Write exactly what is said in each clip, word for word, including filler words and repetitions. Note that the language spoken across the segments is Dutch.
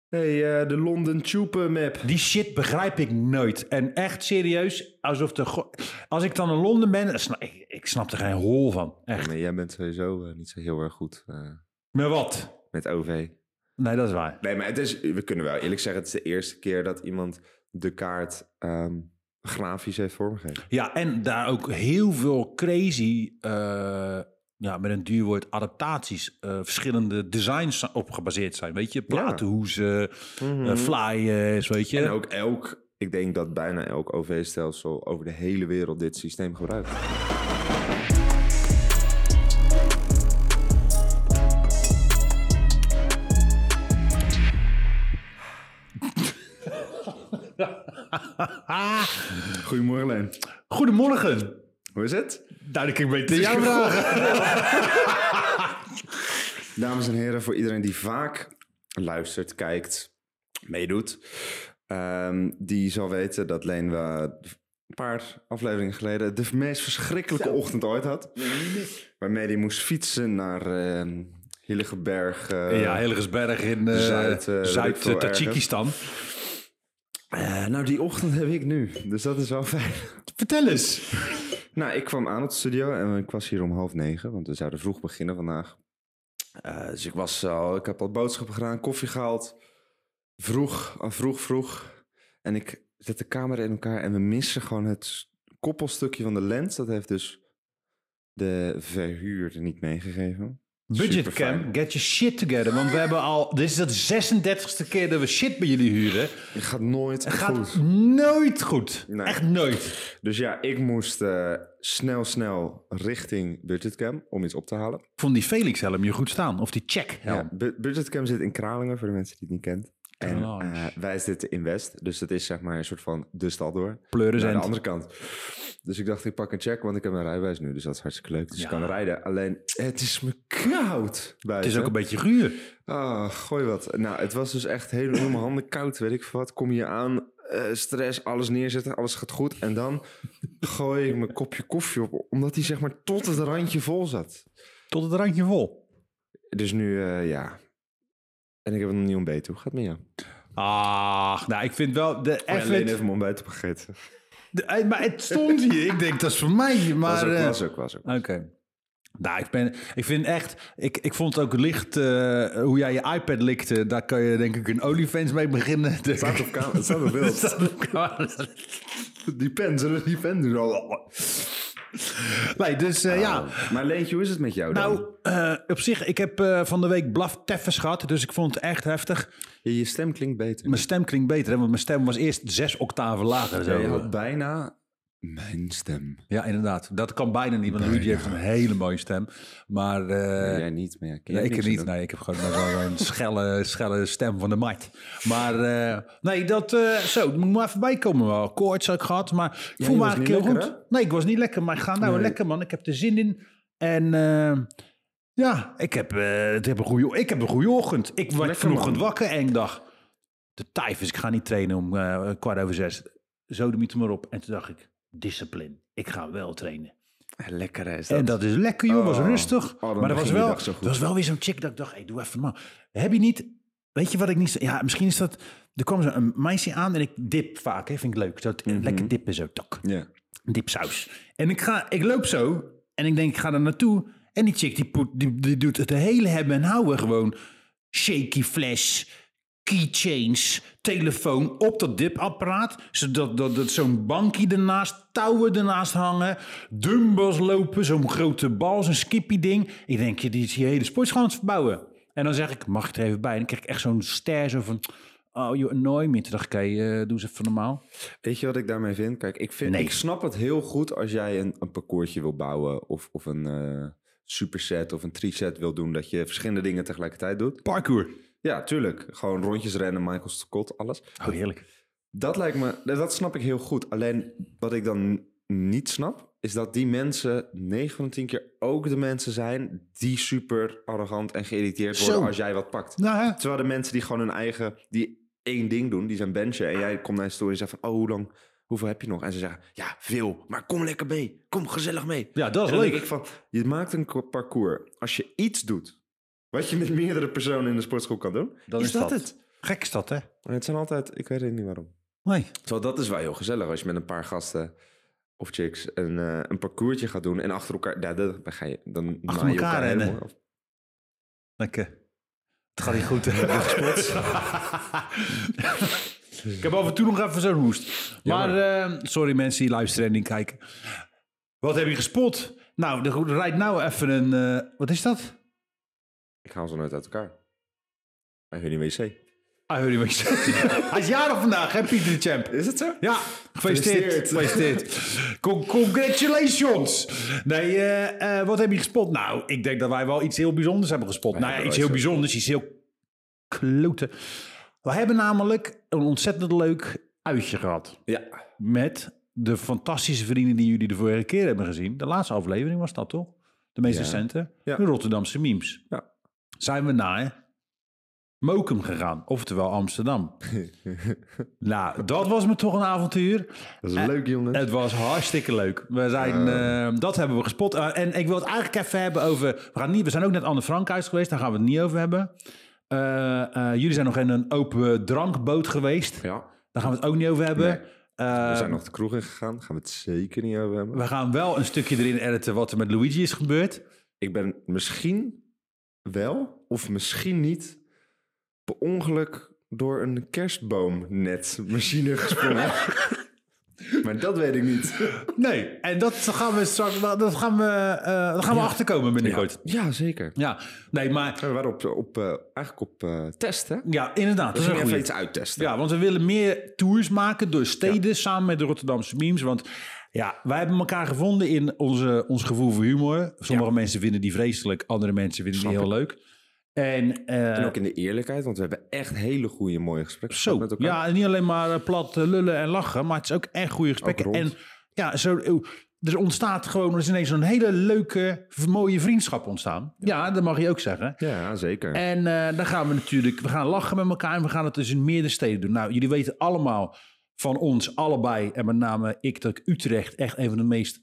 hey, uh, de London Tube map. Die shit begrijp ik nooit. En echt serieus, alsof de... Go- Als ik dan in Londen ben, snap, ik, ik snap er geen hol van. Echt. Ja, maar jij bent sowieso uh, niet zo heel erg goed uh, Maar wat? met O V. Nee, dat is waar. Nee, maar het is, we kunnen wel eerlijk zeggen, het is de eerste keer dat iemand de kaart um, grafisch heeft vormgegeven. Ja, en daar ook heel veel crazy, uh, ja, met een duur woord, adaptaties, uh, verschillende designs op gebaseerd zijn. Weet je, platenhoezen, ja. mm-hmm. uh, flyers, weet je. En ook elk, ik denk dat bijna elk O V-stelsel over de hele wereld dit systeem gebruikt. Goedemorgen, Leen. Goedemorgen. Hoe is het? Nou, ik kan beter jou vragen. Dames en heren, voor iedereen die vaak luistert, kijkt, meedoet, um, die zal weten dat Leen we een paar afleveringen geleden de meest verschrikkelijke Zo. ochtend ooit had. Waarmee hij moest fietsen naar uh, Hilligeberg. Uh, ja, Hilligersberg in uh, Zuid, uh, Zuid-Tajikistan. Uh, nou, die ochtend heb ik nu, dus dat is wel fijn. Vertel eens. Nou, ik kwam aan op de studio en ik was hier om half negen, want we zouden vroeg beginnen vandaag. Uh, dus ik was al, ik heb al boodschappen gedaan, koffie gehaald. Vroeg, al vroeg, vroeg. En ik zet de camera in elkaar en we missen gewoon het koppelstukje van de lens. Dat heeft dus de verhuurder niet meegegeven. Budgetcam, get your shit together. Want we hebben al... Dit is de zesendertigste keer dat we shit bij jullie huren. Het gaat nooit Het goed. gaat nooit goed. Nee. Echt nooit. Dus ja, ik moest uh, snel, snel richting Budgetcam om iets op te halen. Ik vond die Felix-helm je goed staan. Of die check-helm. Ja, Bu- Budgetcam zit in Kralingen, voor de mensen die het niet kent. En uh, wij zitten in West. Dus dat is zeg maar een soort van de stad door. Pleuren naar de andere kant. Dus ik dacht, ik pak een check, want ik heb een rijbewijs nu. Dus dat is hartstikke leuk. Dus ja. ik kan rijden. Alleen, het is me koud buiten. Het is ook een beetje guur. Ah, oh, gooi wat. Nou, het was dus echt helemaal in mijn handen koud. Weet ik wat. Kom je aan, uh, stress, alles neerzetten, alles gaat goed. En dan gooi ik mijn kopje koffie op. Omdat die zeg maar tot het randje vol zat. Tot het randje vol? Dus nu, uh, ja... En ik heb hem nog niet ontbeten. Hoe gaat het met jou? Ah, nou, ik vind wel... De effort... Alleen even mijn ontbijt opgegeten. De, maar het stond hier. Ik denk, dat is voor mij. Maar, was ook, uh, was ook, was ook. Oké. Okay. Nou, ik, ben, ik vind echt... Ik, ik vond het ook licht... Uh, hoe jij je iPad likte. Daar kan je denk ik een OnlyFans mee beginnen. Het staat op camera. Het staat op beeld. staat op camera. Die pen, zullen we die pen doen? Nee, dus uh, uh, ja. Maar Leentje, hoe is het met jou dan? Nou, uh, op zich, ik heb uh, van de week blaf teffens gehad. Dus ik vond het echt heftig. Ja, je stem klinkt beter. Mijn stem klinkt beter, hè, want mijn stem was eerst zes octaven lager. Zo. Ja, je had bijna mijn stem. Ja, inderdaad. Dat kan bijna niet, want Rudy heeft een hele mooie stem. Maar... Uh, nee, jij niet meer. Nee, ik niet. Nee, ik heb gewoon wel een schelle, schelle stem van de mat. Maar uh, nee, dat... Uh, zo, moet maar even bijkomen wel. Koorts had ik gehad, maar ik voel me eigenlijk heel lekker, goed. Hè? Nee, ik was niet lekker, maar ik ga nou nee. lekker, man. Ik heb er zin in. En uh, ja, ik heb, uh, ik heb een goede, ik heb een goede ochtend. Ik word vanochtend wakker en ik dacht... De tyfus, ik ga niet trainen om uh, kwart over zes. Zo de mythe maar op. En toen dacht ik, discipline. Ik ga wel trainen. Lekker is dat. En dat is lekker, joh. Was oh, rustig. Oh, maar er was wel, er was wel weer zo'n chick dat ik dacht, hey, doe even normaal. Heb je niet... Weet je wat ik niet... Ja, misschien is dat... Er kwam zo een meisje aan en ik dip vaak, hè, vind ik leuk. Zo, mm-hmm. Lekker dippen zo, tak. Yeah. Dipsaus. En ik, ga, ik loop zo en ik denk, ik ga er naartoe. En die chick, die, put, die, die doet het hele hebben en houden gewoon. Shaky flash, keychains, telefoon op dat dipapparaat. Zodat dat, dat, zo'n bankje ernaast, touwen ernaast hangen. Dumbbells lopen, zo'n grote bal, zo'n skippy ding. Ik denk, die is je hele sportschool aan het verbouwen. En dan zeg ik, mag ik er even bij? En dan krijg ik echt zo'n ster zo van... Oh, you annoy me. Toen dacht ik, hey, uh, doe eens even normaal. Weet je wat ik daarmee vind? Kijk, ik, vind, nee. ik snap het heel goed als jij een, een parcoursje wil bouwen... of, of een uh, superset of een triset wil doen... dat je verschillende dingen tegelijkertijd doet. Parkour. Ja, tuurlijk. Gewoon rondjes rennen, Michael Scott, alles. Oh, heerlijk. Dat lijkt me... Dat snap ik heel goed. Alleen wat ik dan niet snap... is dat die mensen negen van de tien keer ook de mensen zijn... die super arrogant en geïrriteerd worden Zo. als jij wat pakt. Nou, hè? Terwijl de mensen die gewoon hun eigen... die één ding doen, die zijn benchen... en jij komt naar een story en zegt van... oh, hoe lang, hoeveel heb je nog? En ze zeggen, ja, veel, maar kom lekker mee. Kom gezellig mee. Ja, dat is en dan leuk. denk ik van, je maakt een parcours. Als je iets doet... wat je met meerdere personen in de sportschool kan doen... Dan is, is dat, dat het. Gek is dat, hè? Maar het zijn altijd... Ik weet niet waarom. Nee. Zo, dat is wel heel gezellig als je met een paar gasten of chicks een, uh, een parcoursje gaat doen en achter elkaar... Ja, dan ga je... Dan achter je elkaar rennen. Lekker. Het gaat niet goed. Ik heb af en toe nog even zo'n hoest. Maar uh, sorry mensen die luisteren en die kijken. Wat heb je gespot? Nou, er rijdt nou even een... Uh, wat is dat? Ik haal ze nooit uit elkaar. Hij heurt niet wc. Hij heurt niet wc. Hij is jarig vandaag, hè, Pieter de Champ? Is het zo? Ja, gefeliciteerd. Gefeliciteerd. Con- congratulations. Nee, uh, uh, wat heb je gespot? Nou, ik denk dat wij wel iets heel bijzonders hebben gespot. Wij nou ja, iets heel bijzonders, iets heel kloten. We hebben namelijk een ontzettend leuk uitje gehad. Ja. Met de fantastische vrienden die jullie de vorige keer hebben gezien. De laatste aflevering was dat, toch? De meest ja. recente. Ja. De Rotterdamse memes. Ja. Zijn we naar Mokum gegaan. Oftewel Amsterdam. Nou, dat was me toch een avontuur. Dat is uh, leuk, jongens. Het was hartstikke leuk. We zijn, uh, uh, dat hebben we gespot. Uh, en ik wil het eigenlijk even hebben over... We, gaan niet, we zijn ook net Anne Frankhuis geweest. Daar gaan we het niet over hebben. Uh, uh, jullie zijn nog in een open drankboot geweest. Ja. Daar gaan we het ook niet over hebben. Nee. Uh, we zijn nog de kroeg in gegaan. Daar gaan we het zeker niet over hebben. We gaan wel een stukje erin editen wat er met Luigi is gebeurd. Ik ben misschien wel, of misschien niet, per ongeluk door een kerstboomnetmachine gesprongen. Maar dat weet ik niet. Nee, en dat gaan we straks, dat gaan we, uh, dat gaan we ja. achterkomen binnenkort. Ja, ja, zeker. Ja, nee, maar... We waren op, op, uh, eigenlijk op uh, test, hè? Ja, inderdaad. We gingen even iets uittesten. Ja, want we willen meer tours maken door steden ja. samen met de Rotterdamse memes. Want ja, wij hebben elkaar gevonden in onze, ons gevoel voor humor. Sommige ja. mensen vinden die vreselijk, andere mensen vinden Snap die heel ik. leuk. En, uh, en ook in de eerlijkheid, want we hebben echt hele goede, mooie gesprekken zo, met elkaar. Ja, en niet alleen maar uh, plat uh, lullen en lachen, maar het is ook echt goede gesprekken. En ja, zo, uh, er ontstaat gewoon, er is ineens zo'n hele leuke, mooie vriendschap ontstaan. Ja, ja dat mag je ook zeggen. Ja, zeker. En uh, dan gaan we natuurlijk, we gaan lachen met elkaar en we gaan het dus in meerdere steden doen. Nou, jullie weten allemaal van ons allebei, en met name ik, dat ik Utrecht echt een van de meest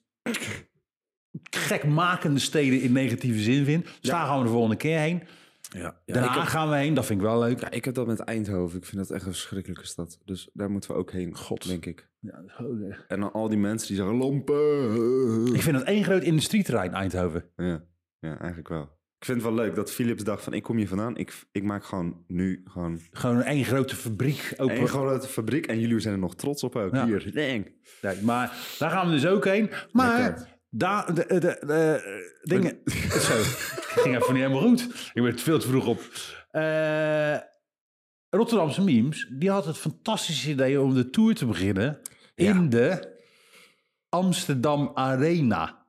gekmakende steden in negatieve zin vind. Dus ja. daar gaan we de volgende keer heen. Ja, ja, Daarna heb, gaan we heen, dat vind ik wel leuk. Ja, ik heb dat met Eindhoven. Ik vind dat echt een verschrikkelijke stad. Dus daar moeten we ook heen, God, denk ik. Ja, oh, en dan al die mensen die zeggen lampen. Ik vind dat één groot industrieterrein, Eindhoven. Ja, ja, eigenlijk wel. Ik vind het wel leuk dat Philips dacht van, ik kom hier vandaan. Ik, ik maak gewoon nu gewoon... Gewoon één grote fabriek. Open. Eén grote fabriek en jullie zijn er nog trots op ook. Ja. Hier, dang. Ja, maar daar gaan we dus ook heen. Maar... Lekker. Daar, de, de, de, de dingen... Zo, het ging even niet helemaal goed. Ik werd veel te vroeg op. Uh, Rotterdamse memes, die had het fantastische idee om de tour te beginnen ja. in de Amsterdam Arena.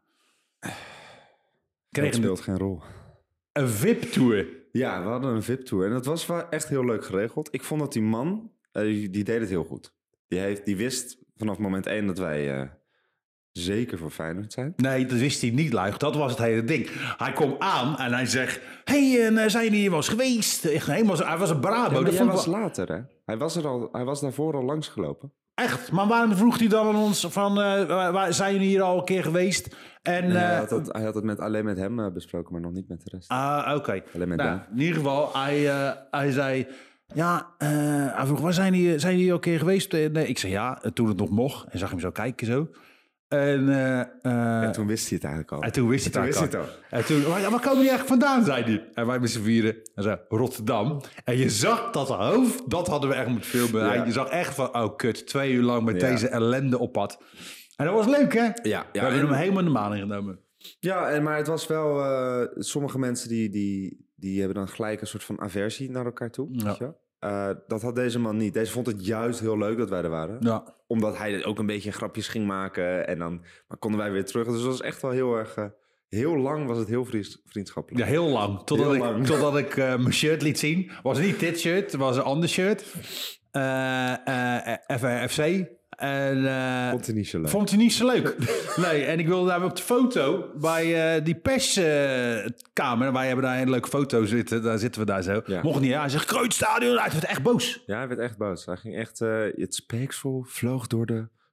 Dat speelt geen rol. Een V I P-tour. Ja, we hadden een V I P-tour. En dat was wel echt heel leuk geregeld. Ik vond dat die man, uh, die, die deed het heel goed. Die, heeft, die wist vanaf moment één dat wij... Uh, zeker voor Feyenoord zijn? Nee, dat wist hij niet, Luig. Dat was het hele ding. Hij komt aan en hij zegt... Hé, hey, uh, zijn jullie hier wel eens geweest? Echt, helemaal, hij was een Brabo. Ja, dat jij was wel... later, hè? Hij was, er al, hij was daarvoor al langsgelopen. Echt? Maar waarom vroeg hij dan aan ons van... Uh, waar, zijn jullie hier al een keer geweest? En, nee, uh, hij, had het, hij had het met, alleen met hem uh, besproken, maar nog niet met de rest. Ah, uh, oké. Okay. Alleen met nou, in ieder geval, hij, uh, hij zei... Ja, uh, hij vroeg, waar zijn jullie, zijn jullie al een keer geweest? Nee, ik zei ja, toen het nog mocht. En zag hem zo kijken zo. En, uh, uh, en toen wist hij het eigenlijk al. En toen wist hij het eigenlijk al. En toen, waar, waar komen die eigenlijk vandaan, zei hij. En wij met z'n vieren, en zei Rotterdam. En je zag dat hoofd, dat hadden we echt moeten filmen. Ja. Je zag echt van, oh kut, twee uur lang met ja. deze ellende op pad. En dat was leuk, hè? Ja. ja we hebben en, hem helemaal in de maan ingenomen. Ja, en, maar het was wel... Uh, sommige mensen die, die, die hebben dan gelijk een soort van aversie naar elkaar toe. Ja. Weet je? Uh, dat had deze man niet. Deze vond het juist heel leuk dat wij er waren. Ja. Omdat hij ook een beetje grapjes ging maken. En dan maar konden wij weer terug. Dus dat was echt wel heel erg... Uh, heel lang was het heel vriendschappelijk. Ja, heel lang. Totdat heel ik, lang. Totdat ik uh, mijn shirt liet zien. Was niet dit shirt, het was een ander shirt. Uh, uh, F C. En, uh, vond hij niet zo leuk. Vond hij niet zo leuk. Nee, en ik wilde daar op de foto bij uh, die perskamer. Uh, wij hebben daar een leuke foto zitten. Daar zitten we daar zo. Ja. Mocht niet. Ja. Hij zegt, Kreutstadion. Hij werd echt boos. Ja, hij werd echt boos. Hij ging echt... Uh, het speeksel vloog door de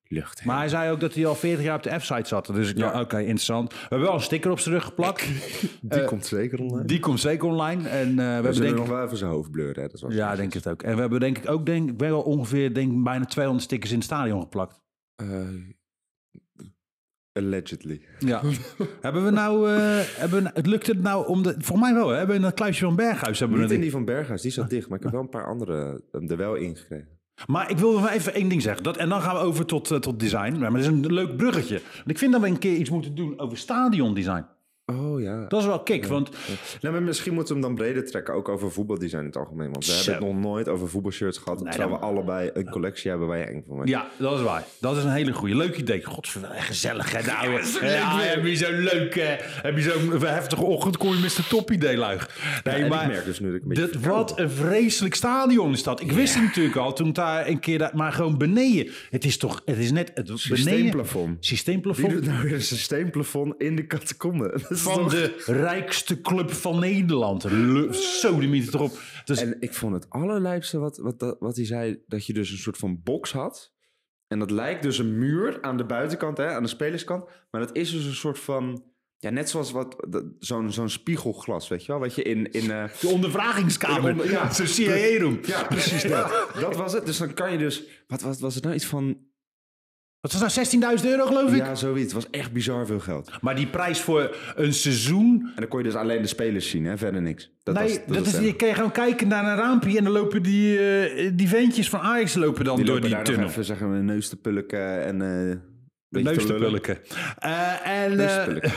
lucht heen. Maar hij zei ook dat hij al veertig jaar op de F-site zat. Dus ik Ja. dacht, oké, interessant. We hebben wel een sticker op zijn rug geplakt. Die Uh, komt zeker online. Die komt zeker online. En, uh, we we hebben zullen denk nog wel even zijn hoofd bleuren. Hè? Dat was ja, denk het ook. En we hebben denk ik ook denk ik wel ongeveer denk ik, bijna tweehonderd stickers in het stadion geplakt. Uh, allegedly. Ja. hebben we nou, uh, hebben we, het lukte het nou om de, voor mij wel, hè? Hebben we in dat kluisje van Berghuis. Hebben Niet we in die van Berghuis, die zat dicht. Maar ik heb wel een paar andere er wel in gekregen. Maar ik wil nog even één ding zeggen. Dat, en dan gaan we over tot, uh, tot design. Maar dat is een leuk bruggetje. Want ik vind dat we een keer iets moeten doen over stadiondesign. Oh ja. Dat is wel kick, ja. want... Ja. Nou, maar misschien moeten we hem dan breder trekken, ook over voetbaldesign in het algemeen. Want we Zo. hebben het nog nooit over voetbalshirts gehad, Nee, terwijl dan... we allebei een collectie hebben waar je eng van wordt. Ja, dat is waar. Dat is een hele goeie. Leuk idee. Godverdomme, gezellig hè, nou. Ja, zo ja, leuk, heb je zo'n leuk, uh, heb je zo'n heftige ochtend, kom je met z'n topidee luig. Nee, ja, maar ik merk dus nu dat ik een beetje... dit, wat een vreselijk stadion is dat. Ik wist ja. het natuurlijk al, toen daar een keer, daar, maar gewoon beneden. Het is toch, het is net het systeemplafond. Systeemplafond. Wie doet nou weer een systeemplafond in de catacombe? Van toch... de rijkste club van Nederland. Zo de mythe erop. Dus... En ik vond het allerlijpste wat, wat, wat hij zei, dat je dus een soort van box had. En dat lijkt dus een muur aan de buitenkant, hè, aan de spelerskant. Maar dat is dus een soort van... Ja, net zoals wat zo'n zo'n spiegelglas, weet je wel? Wat je in... in uh, de ondervragingskamer. Onder, ja, zo'n C I A-room. Ja, precies dat. Dat was het. Dus dan kan je dus... Wat, wat was het nou? Iets van... Wat was nou, zestienduizend euro geloof ik? Ja, zoiets. Het was echt bizar veel geld. Maar die prijs voor een seizoen... En dan kon je dus alleen de spelers zien, hè? Verder niks. Dat nee, was, dat dat was is, je kan je gewoon kijken naar een raampje... en dan lopen die, uh, die ventjes van Ajax lopen dan die door lopen die daar tunnel. Nog even, zeggen we, neus te pulken en... Uh, neus te pulken. Uh, en... Uh,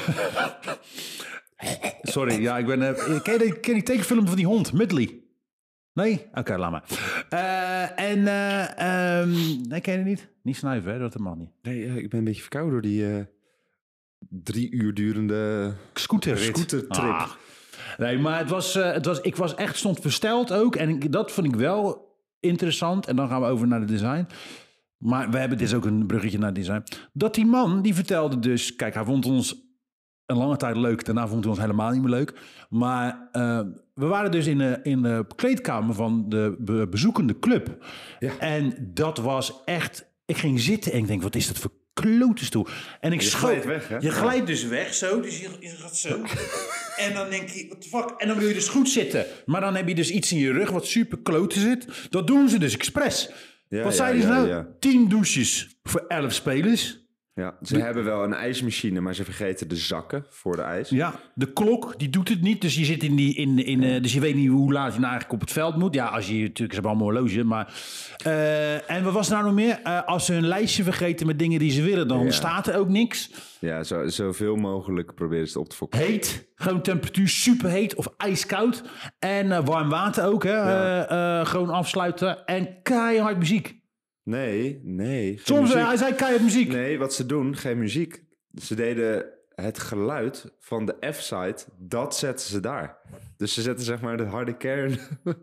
sorry, ja, ik ben... Uh, ken, je die, ken je die tekenfilm van die hond, Mudley? Nee? Oké, okay, laat maar. Uh, en... Uh, um, nee, ken je die niet? Niet snuiven, hè? Dat mag niet. Nee, uh, ik ben een beetje verkouden door die... Uh, drie uur durende... Scooterrit. Scootertrip. Ah. Nee, maar het was, uh, het was... Ik was echt stond versteld ook. En ik, dat vond ik wel interessant. En dan gaan we over naar de design. Maar we hebben dus ook een bruggetje naar design. Dat die man, die vertelde dus... Kijk, hij vond ons een lange tijd leuk. Daarna vond hij ons helemaal niet meer leuk. Maar uh, we waren dus in de, in de kleedkamer van de be- bezoekende club. Ja. En dat was echt... Ik ging zitten en ik denk, wat is dat voor klote stoel? En ik je schoot. glijdt weg, hè? Je glijdt dus weg zo. Dus je, je gaat zo. En dan denk je, what the fuck? En dan wil je dus goed zitten. Maar dan heb je dus iets in je rug wat super klote zit. Dat doen ze dus expres. Ja, wat ja, zeiden ze ja, nou? Ja. Tien douches voor elf spelers. Ja, ze de, hebben wel een ijsmachine, maar ze vergeten de zakken voor de ijs. Ja, de klok, die doet het niet. Dus je zit in die, in, in, uh, dus je weet niet hoe laat je nou eigenlijk op het veld moet. Ja, als je natuurlijk, ze hebben allemaal horloge, maar... Uh, en wat was er nou nog meer? Uh, als ze een lijstje vergeten met dingen die ze willen, dan ja. staat er ook niks. Ja, zo, zoveel mogelijk proberen ze het op te fokken. Heet, gewoon temperatuur super heet of ijskoud. En uh, warm water ook, hè. Ja. Uh, uh, gewoon afsluiten en keihard muziek. Nee, nee. Soms, muziek. hij zei keihard muziek. Nee, wat ze doen, geen muziek. Ze deden het geluid van de F-site, dat zetten ze daar. Dus ze zetten zeg maar de harde kern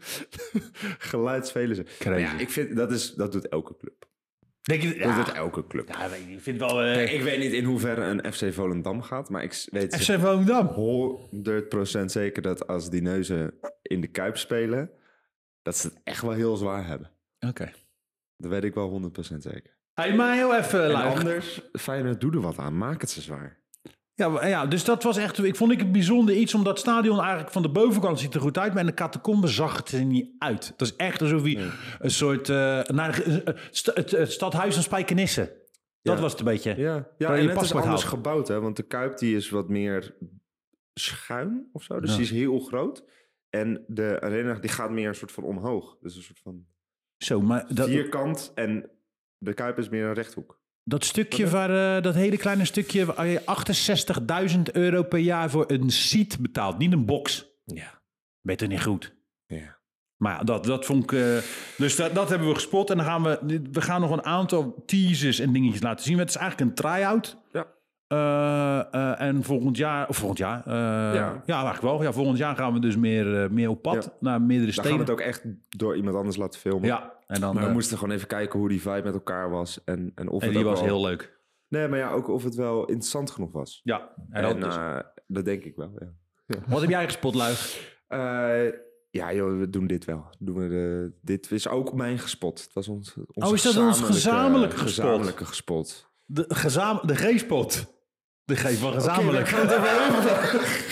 geluid spelen ze. Maar ja, ik vind, dat, is, dat doet elke club. Denk je, dat ja. doet elke club. Ja, weet ik, vind wel, uh... nee, ik weet niet in hoeverre een F C Volendam gaat, maar ik weet... F C Volendam? honderd procent zeker dat als die neuzen in de Kuip spelen, dat ze het echt wel heel zwaar hebben. Oké. Okay. Dat weet ik wel honderd procent zeker. Hey, maar heel even... En luister. Anders, Feyenoord, doe er wat aan. Maak het ze zwaar. Ja, ja, dus dat was echt... Ik vond ik het bijzonder iets, omdat het stadion eigenlijk van de bovenkant ziet er goed uit, maar in de catacombe zag het er niet uit. Dat is echt alsof je nee. een soort... Uh, naar st- het, het stadhuis van Spijkenisse. Dat ja. was het een beetje. Ja, ja en het is anders haalt. gebouwd, hè. Want de Kuip die is wat meer schuin of zo. Dus ja. die is heel groot. En de arena die gaat meer een soort van omhoog. Dus een soort van... Zo, maar dat... vierkant en de Kuip is meer een rechthoek. Dat stukje, waar, uh, dat hele kleine stukje, waar je achtenzestigduizend euro per jaar voor een seat betaalt, niet een box. Ja. Beter niet goed. Ja. Maar ja, dat, dat vond ik... Uh, dus dat, dat hebben we gespot en dan gaan we... We gaan nog een aantal teasers en dingetjes laten zien. Het is eigenlijk een try-out. Ja. Uh, uh, en volgend jaar... Of volgend jaar... Uh, ja. ja, eigenlijk wel. Ja, volgend jaar gaan we dus meer, uh, meer op pad. Ja. Naar meerdere steden. Dan gaan we het ook echt door iemand anders laten filmen. Ja. En dan, maar we uh, moesten gewoon even kijken hoe die vibe met elkaar was. En, en, of en het die was wel... heel leuk. Nee, maar ja, ook of het wel interessant genoeg was. Ja. En, en dat, dus. uh, dat denk ik wel, ja. Ja. Wat heb jij gespot, Luig? Uh, Ja joh, we doen dit wel. Doen we de, dit is ook mijn gespot. Het was ons, onze Oh, is dat ons gezamenlijke gespot? gezamenlijke gespot. De, gezam, de G-spot. De G van gezamenlijk. Okay, we gaan het over hebben.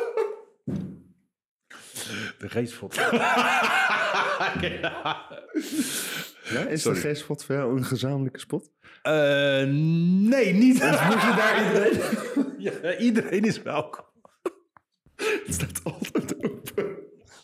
De G-spot. Ja, is Sorry. de G-spot voor jou een gezamenlijke spot? Uh, nee, niet. Dus moet je daar iedereen... ja, iedereen is welkom. Het staat altijd open.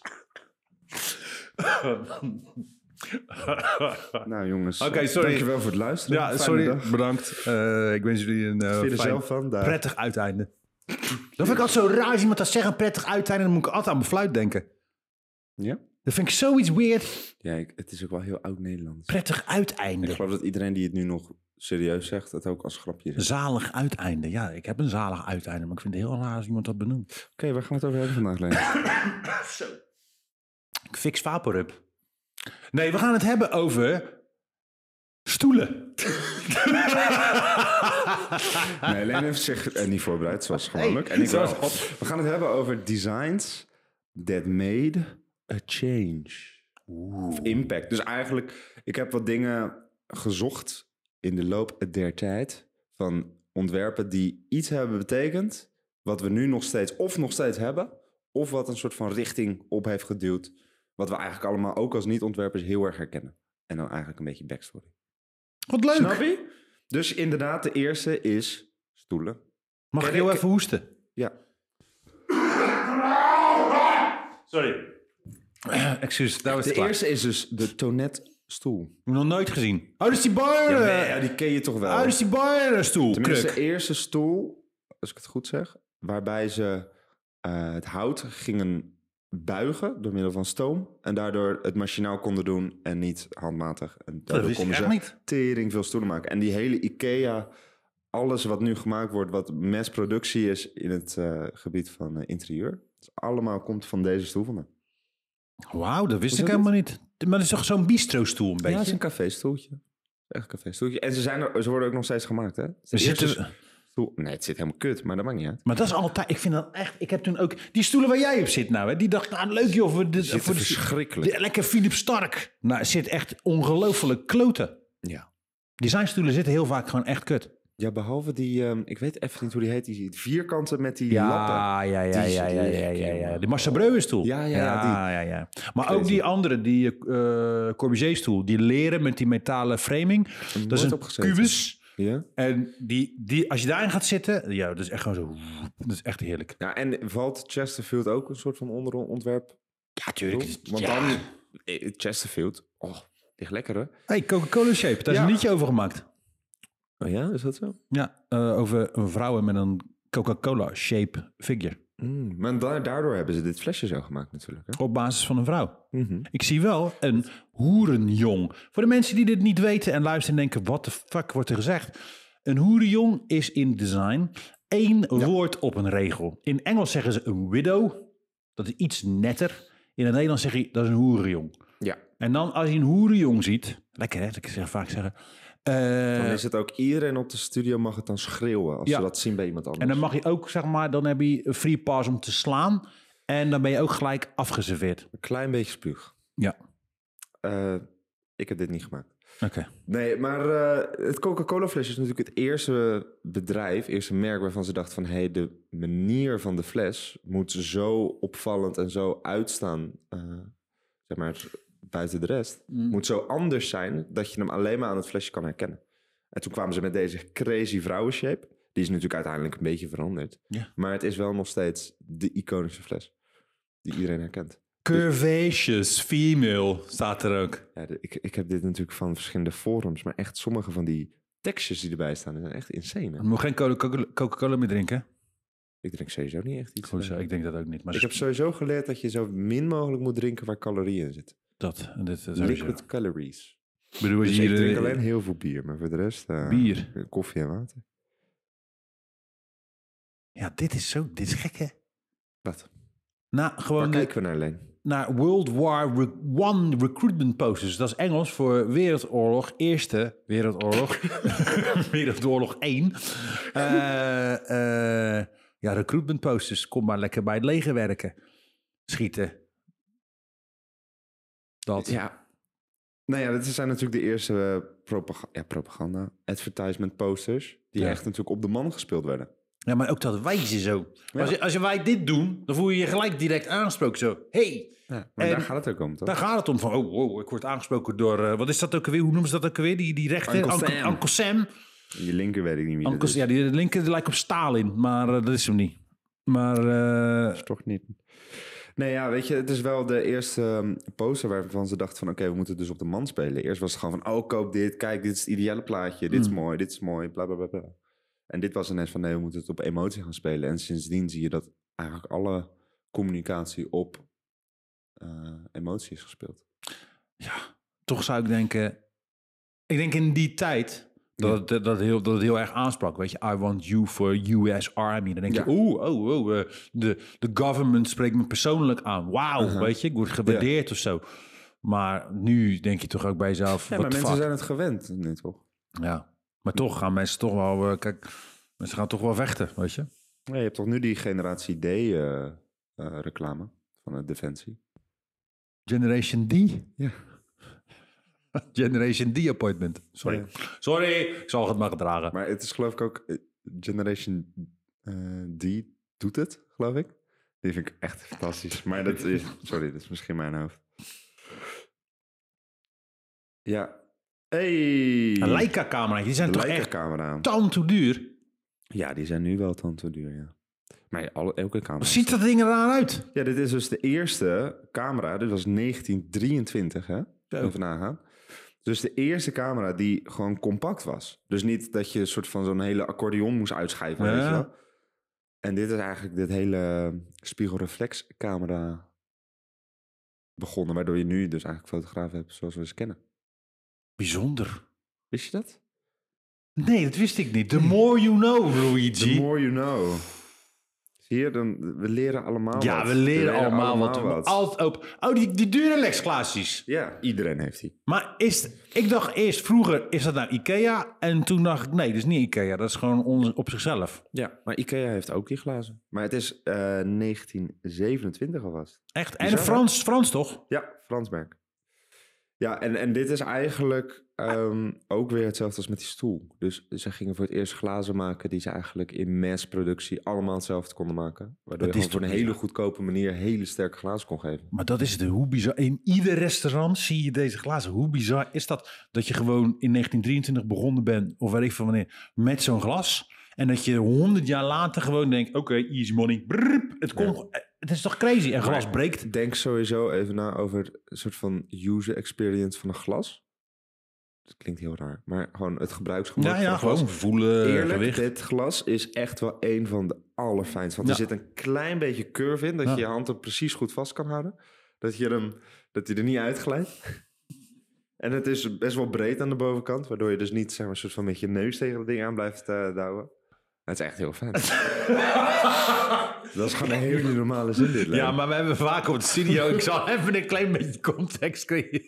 Nou jongens, okay, sorry. dankjewel voor het luisteren. Ja, Fijne sorry, dag. bedankt. Uh, ik wens jullie een uh, fijn, van, prettig uiteinde. Dat vind ik altijd zo raar als iemand dat zegt, een prettig uiteinde. Dan moet ik altijd aan mijn fluit denken. Ja? Dat vind ik zoiets weird. Ja, ik, het is ook wel heel oud-Nederlands. Prettig uiteinde. Ik geloof dat iedereen die het nu nog serieus zegt, het ook als grapje zegt. Zalig uiteinde. Ja, ik heb een zalig uiteinde, maar ik vind het heel raar als iemand dat benoemt. Oké, okay, waar gaan we het over hebben vandaag, Leen? Zo. Fix Vaporub. Nee, we gaan het hebben over stoelen. Nee, Leen heeft zich er niet voorbereid, zoals gewoonlijk. Hey, en ik wel. We gaan het hebben over designs that made a change. Oeh. Of impact. Dus eigenlijk, ik heb wat dingen gezocht in de loop der tijd van ontwerpen die iets hebben betekend, wat we nu nog steeds of nog steeds hebben, of wat een soort van richting op heeft geduwd, wat we eigenlijk allemaal ook als niet-ontwerpers heel erg herkennen. En dan eigenlijk een beetje backstory. Wat leuk. Snap je? Dus inderdaad, de eerste is stoelen. Mag ik heel even hoesten? Ja. Sorry. Uh, excuus, daar was De klaar. eerste is dus de Tonet-stoel. Ik heb nog nooit gezien. Oh, dat is die bar. Ja, nee, ja, die ken je toch wel. Oh, dat is die bar-stoel. Tenminste, de eerste stoel, als ik het goed zeg, waarbij ze uh, het hout gingen buigen door middel van stoom en daardoor het machinaal konden doen en niet handmatig. En daardoor konden ze niet. tering veel stoelen maken. En die hele IKEA, alles wat nu gemaakt wordt, wat massproductie is in het uh, gebied van uh, interieur, dus allemaal komt van deze stoel vandaan. Wauw, dat wist ik helemaal niet. Maar dat is toch zo'n bistro-stoel een beetje? Ja, het is een café-stoeltje. Echt een café-stoeltje. En ze, zijn er, ze worden ook nog steeds gemaakt, hè? We zitten... Stoel... Nee, het zit helemaal kut, maar dat maakt niet uit. Maar dat is altijd... Ik vind dat echt... Ik heb toen ook... Die stoelen waar jij op zit nou, hè? Die dacht, nou leuk joh. Voor de, voor de, verschrikkelijk. De, lekker Philip Stark. Nou, het zit echt ongelooflijk kloten. Ja. Designstoelen zitten heel vaak gewoon echt kut. Ja, behalve die... Um, ik weet even niet hoe die heet. Die vierkanten met die ja, lappen. Ja, ja, ja, ja, ja, ja, ja, ja. Die Marcel Breuer-stoel. Ja, ja, ja. Ja, die. ja, ja. Maar Crazy. Ook die andere, die uh, Corbusier-stoel. Die leren met die metalen framing. Een dat is een opgezeten. kubus. Ja. En die, die, als je daarin gaat zitten... Ja, dat is echt gewoon zo... Dat is echt heerlijk. Ja, en valt Chesterfield ook een soort van onderontwerp? Ja, tuurlijk. Want ja. dan... Chesterfield... Oh, ligt lekker, hè? Hey, Coca-Cola Shape. Daar is ja. een liedje over gemaakt. Oh ja, is dat zo? Ja, uh, over vrouwen met een Coca-Cola shape figure. Mm, maar da- daardoor hebben ze dit flesje zo gemaakt natuurlijk. Hè? Op basis van een vrouw. Mm-hmm. Ik zie wel een hoerenjong. Voor de mensen die dit niet weten en luisteren en denken... wat de fuck wordt er gezegd? Een hoerenjong is in design één ja. woord op een regel. In Engels zeggen ze een widow. Dat is iets netter. In het Nederlands zeg je dat is een hoerenjong. Ja. En dan als je een hoerenjong ziet... Lekker hè, dat ik zeg, vaak zeggen... Uh, dan is het ook iedereen op de studio mag het dan schreeuwen als ja. ze dat zien bij iemand anders. En dan mag je ook, zeg maar, dan heb je een free pass om te slaan. En dan ben je ook gelijk afgeserveerd. Een klein beetje spuug. Ja. Uh, ik heb dit niet gemaakt. Oké. Okay. Nee, maar uh, het Coca-Cola flesje is natuurlijk het eerste bedrijf, eerste merk waarvan ze dachten van... hé, hey, de manier van de fles moet zo opvallend en zo uitstaan, uh, zeg maar... buiten de rest, mm. moet zo anders zijn... dat je hem alleen maar aan het flesje kan herkennen. En toen kwamen ze met deze crazy vrouwenshape. Die is natuurlijk uiteindelijk een beetje veranderd. Ja. Maar het is wel nog steeds de iconische fles. Die iedereen herkent. Curvaceous female staat er ook. Ja, de, ik, ik heb dit natuurlijk van verschillende forums... maar echt sommige van die tekstjes die erbij staan... zijn echt insane. Je moet geen Coca-Cola meer drinken. Ik drink sowieso niet echt iets. Goed zo, ik denk dat ook niet. Maar ik heb sowieso geleerd dat je zo min mogelijk moet drinken... waar calorieën in zitten. Dat, dit, dat liquid calories. Ik bedoel, dus hier, ik drink alleen heel veel bier, maar voor de rest... Uh, bier? Koffie en water. Ja, dit is zo... Dit is gek, hè? Wat? Nou, gewoon... Waar kijken we naar, Leen? Naar World War One recruitment posters. Dat is Engels voor Wereldoorlog, Eerste Wereldoorlog. Wereldoorlog één. Uh, uh, ja, recruitment posters. Kom maar lekker bij het leger werken. Schieten. dat. Ja. Nou ja, dit zijn natuurlijk de eerste uh, propag- ja, propaganda, advertisement posters... die Ja. echt natuurlijk op de man gespeeld werden. Ja, maar ook dat wijze zo. Ja. Als, je, als je wij dit doen, dan voel je je gelijk direct aangesproken. Zo, hey. Ja, maar En daar gaat het ook om, toch? Daar gaat het om van, oh, wow, ik word aangesproken door... Uh, wat is dat ook alweer? Hoe noemen ze dat ook alweer? Die, die rechter? Uncle Uncle, Sam. Uncle Sam. Je linker weet ik niet meer. Uncle, ja, die linker die lijkt op Stalin, maar uh, dat is hem niet. Maar... Uh, dat is toch niet... Nee, ja, weet je, het is wel de eerste um, poster waarvan ze dachten van... oké, okay, we moeten dus op de man spelen. Eerst was het gewoon van, oh, koop dit, kijk, dit is het ideale plaatje. Dit is mm. mooi, dit is mooi, bla, bla, bla, bla. En dit was ineens van, nee, we moeten het op emotie gaan spelen. En sindsdien zie je dat eigenlijk alle communicatie op uh, emotie is gespeeld. Ja, toch zou ik denken... Ik denk in die tijd... Dat, ja. het, dat, het heel, dat het heel erg aansprak, weet je. I want you for U S Army. Dan denk je, ja. oeh, oh, oh, uh, de, de government spreekt me persoonlijk aan. Wauw, uh-huh. weet je, ik word gewaardeerd ja. of zo. Maar nu denk je toch ook bij jezelf... Ja, maar mensen fuck? zijn het gewend nu toch? Ja, maar toch gaan mensen toch wel... Uh, kijk, mensen gaan toch wel vechten, weet je. Ja, je hebt toch nu die generatie D uh, uh, reclame van de Defensie. Generation D? Ja. Generation D appointment. Sorry. Ja. Sorry, ik zal het maar gedragen. Maar het is geloof ik ook... Generation uh, D doet het, geloof ik. Die vind ik echt fantastisch. Maar dat is... Sorry, dat is misschien mijn hoofd. Ja. Hey. Een Leica-camera. Die zijn de toch Leica-camera. echt tand duur? Ja, die zijn nu wel tand duur, ja. Maar alle, elke camera... Wat ziet dat ding eraan uit? Ja, dit is dus de eerste camera. Dit was negentien drieëntwintig, hè? Zo. Even nagaan. Dus de eerste camera die gewoon compact was. Dus niet dat je een soort van zo'n hele accordeon moest uitschrijven. Ja. Weet je wel? En dit is eigenlijk dit hele spiegelreflexcamera begonnen. Waardoor je nu dus eigenlijk fotografen hebt zoals we ze kennen. Bijzonder. Wist je dat? Nee, dat wist ik niet. The more you know, Luigi. The more you know. Zie je, dan, we leren allemaal ja, wat. we leren, we leren allemaal, allemaal wat. wat. Altijd op. Oh, die, die Duralex glaasjes. Ja, iedereen heeft die. Maar is, ik dacht eerst vroeger, is dat nou Ikea? En toen dacht ik, nee, dat is niet Ikea. Dat is gewoon on, op zichzelf. Ja, maar Ikea heeft ook die glazen. Maar het is uh, negentien zevenentwintig alvast. Echt? En Frans, Frans toch? Ja, Frans merk. Ja, en, en dit is eigenlijk um, ook weer hetzelfde als met die stoel. Dus ze gingen voor het eerst glazen maken die ze eigenlijk in massproductie allemaal hetzelfde konden maken. Waardoor je gewoon voor een hele goedkope manier hele sterke glazen kon geven. Maar dat is het, hoe bizar. In ieder restaurant zie je deze glazen. Hoe bizar is dat? Dat je gewoon in negentien drieëntwintig begonnen bent, of weet ik van wanneer, met zo'n glas. En dat je honderd jaar later gewoon denkt, oké, okay, easy money. Brrr, het, kon, ja. Het is toch crazy? En glas maar breekt. Denk sowieso even na over een soort van user experience van een glas. Dat klinkt heel raar. Maar gewoon het gebruiksgemak ja, ja, van gewoon glas. voelen. Eerlijk, gewicht. Dit glas is echt wel een van de allerfijnste. Want ja. er zit een klein beetje curve in. Dat ja. je je hand er precies goed vast kan houden. Dat je hem, dat hij er niet uitglijdt. En het is best wel breed aan de bovenkant. Waardoor je dus niet zeg maar, een soort van met je neus tegen dat ding aan blijft uh, douwen. Het is echt heel fijn. Dat is gewoon een hele normale zin dit. Ja, maar we hebben vaak op de studio... Ik zal even een klein beetje context creëren.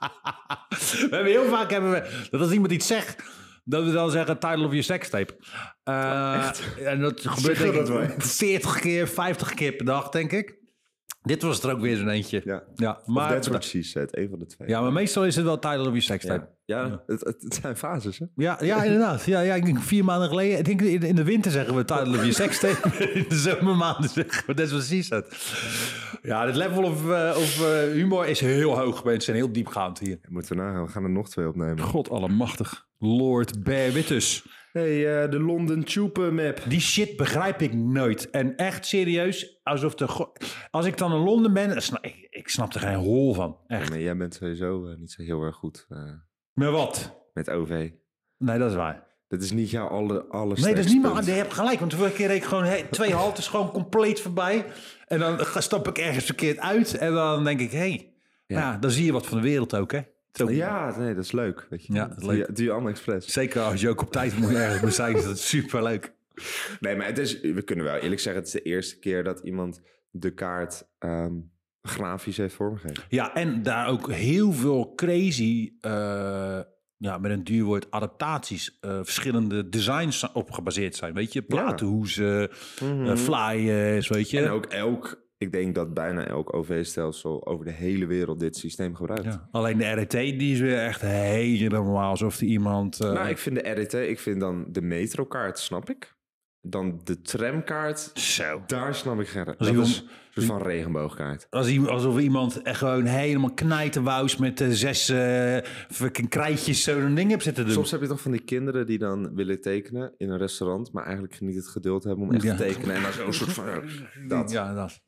We hebben heel vaak... Hebben we, dat als iemand iets zegt... Dat we dan zeggen, title of your sextape. Uh, en dat gebeurt denk ik dat veertig keer, vijftig keer per dag, denk ik. Dit was er ook weer zo'n eentje. Ja, ja maar that's what she said, een van de twee. Ja, maar meestal is het wel title of your sextape. Ja, ja, ja. Het, het, het zijn fases, hè? Ja, ja inderdaad. Ja, ja, ik denk vier maanden geleden... Ik denk in de winter zeggen we title of your sextape. In de zomermaanden zeggen we that's what she said. Ja, het level of, uh, of uh, humor is heel hoog, mensen. En heel diepgaand hier. Moeten we nagaan, we gaan er nog twee opnemen. God allemachtig. Lord Bear Wittus. Hey, uh, de London Tube Map. Die shit begrijp ik nooit. En echt serieus, alsof de... Go- Als ik dan in Londen ben, snap, ik, ik snap er geen hol van. Echt. Ja, maar jij bent sowieso uh, niet zo heel erg goed. Uh, met wat? Met O V. Nee, dat is waar. Dat is niet jouw alle, alle Nee, dat is niet maar. Je hebt gelijk. Want de vorige keer reed ik gewoon hey, twee haltes gewoon compleet voorbij. En dan stap ik ergens verkeerd uit. En dan denk ik, hé, hey, ja. ja, dan zie je wat van de wereld ook, hè? Ook ja, nee, dat is leuk. Weet je. Ja, dat doe, leuk. Je, doe je allemaal expres. Zeker als je ook op tijd moet ergens moet zijn, is dat super leuk. Nee, maar het is, we kunnen wel eerlijk zeggen, het is de eerste keer dat iemand de kaart um, grafisch heeft vormgegeven. Ja, en daar ook heel veel crazy, uh, ja, met een duur woord, adaptaties, uh, verschillende designs op gebaseerd zijn. Weet je, platenhoezen, ja. mm-hmm. uh, flyers, weet je. En ook elk ik denk dat bijna elk O V-stelsel over de hele wereld dit systeem gebruikt. Ja. Alleen de R E T die is weer echt helemaal alsof er iemand... Uh... Nou, ik vind de R E T, ik vind dan de metrokaart, snap ik. Dan de tramkaart, Zo. daar snap ik geen... Dat Als is iemand- een soort van regenboogkaart. Als iemand, alsof iemand echt gewoon helemaal knijterwous met uh, zes uh, fucking krijtjes zo'n ding hebt zitten doen. Soms heb je toch van die kinderen die dan willen tekenen in een restaurant, maar eigenlijk niet het geduld hebben om echt Ja. te tekenen. En dan zo'n soort van... Dat. Ja, dat.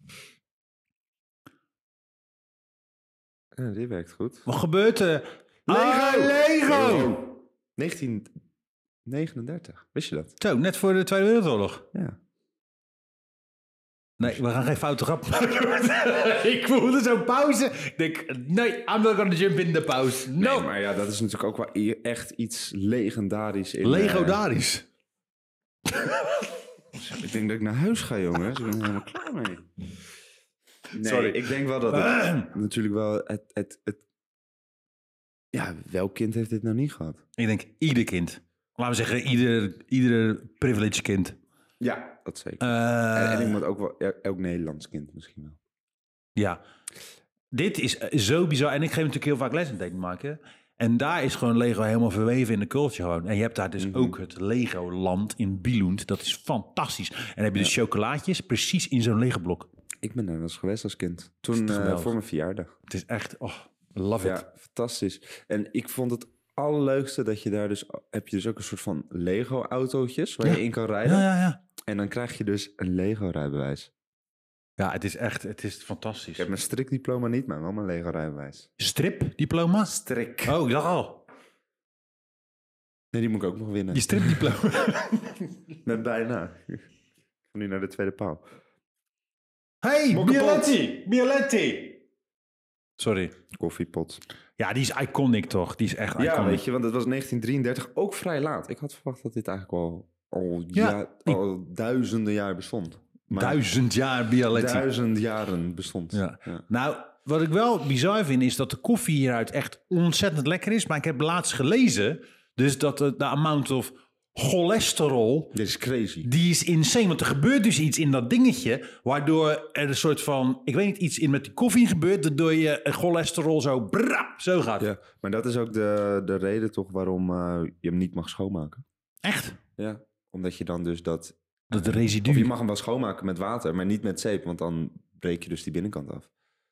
Ja, die werkt goed. Wat gebeurt er? Lego! Ah, Lego! negentien negenendertig, wist je dat? Zo, net voor de Tweede Wereldoorlog. Ja. Nee, we gaan geen foute grap maken. Ik voelde zo'n pauze. Ik denk, nee, I'm not gonna jump in de pauze. No. Nee, maar ja, dat is natuurlijk ook wel i- echt iets legendarisch. In, Lego eh, Darius. Ik denk dat ik naar huis ga, jongens. Ik ben er helemaal klaar mee. Nee, Sorry. ik denk wel dat het natuurlijk wel het, het, het... Ja, welk kind heeft dit nou niet gehad? Ik denk, ieder kind. Laten we zeggen, ieder, ieder privileged kind. Ja, dat zeker. Uh, en, en ik moet ook wel el- elk Nederlands kind misschien wel. Ja. Dit is uh, zo bizar. En ik geef natuurlijk heel vaak les in tekenmaken. En daar is gewoon Lego helemaal verweven in de culture gewoon. En je hebt daar dus Mhm. ook het Legoland in Billund. Dat is fantastisch. En dan heb je de chocolaatjes precies in zo'n Lego-blok. Ik ben daar wel eens geweest als kind. Toen Is toch uh, geweldig? voor mijn verjaardag. Het is echt, oh, love it. Ja, fantastisch. En ik vond het allerleukste dat je daar dus... Heb je dus ook een soort van Lego-autootjes waar Ja. je in kan rijden. Ja, ja, ja. En dan krijg je dus een Lego-rijbewijs. Ja, het is echt, het is fantastisch. Ik heb mijn strikdiploma niet, maar wel mijn Lego-rijbewijs. Stripdiploma? Strik. Oh, ik dacht al. Nee, die moet ik ook nog winnen. Je stripdiploma. Net bijna. Ik ga nu naar de tweede paal. Hey, Mokkenpot. Bialetti! Bialetti! Sorry. Koffiepot. Ja, die is iconic toch? Die is echt Ja, iconic. weet je, want het was negentien drieëndertig ook vrij laat. Ik had verwacht dat dit eigenlijk al, al, Ja, ja, al duizenden jaar bestond. Maar Duizend jaar Bialetti. duizend jaren bestond. Ja. Ja. Nou, wat ik wel bizar vind is dat de koffie hieruit echt ontzettend lekker is. Maar ik heb laatst gelezen, dus dat de, de amount of cholesterol, Dit is crazy. die is insane. Want er gebeurt dus iets in dat dingetje, waardoor er een soort van, ik weet niet, iets in met die koffie gebeurt, waardoor je cholesterol zo, brap, zo gaat. Ja, maar dat is ook de, de reden toch waarom uh, je hem niet mag schoonmaken. Echt? Ja, omdat je dan dus dat... Dat de Of je residu. mag hem wel schoonmaken met water, maar niet met zeep, want dan breek je dus die binnenkant af.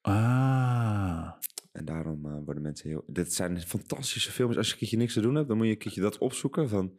Ah. En daarom uh, worden mensen heel... Dit zijn fantastische films. Als je een keertje niks te doen hebt, dan moet je een keertje dat opzoeken van...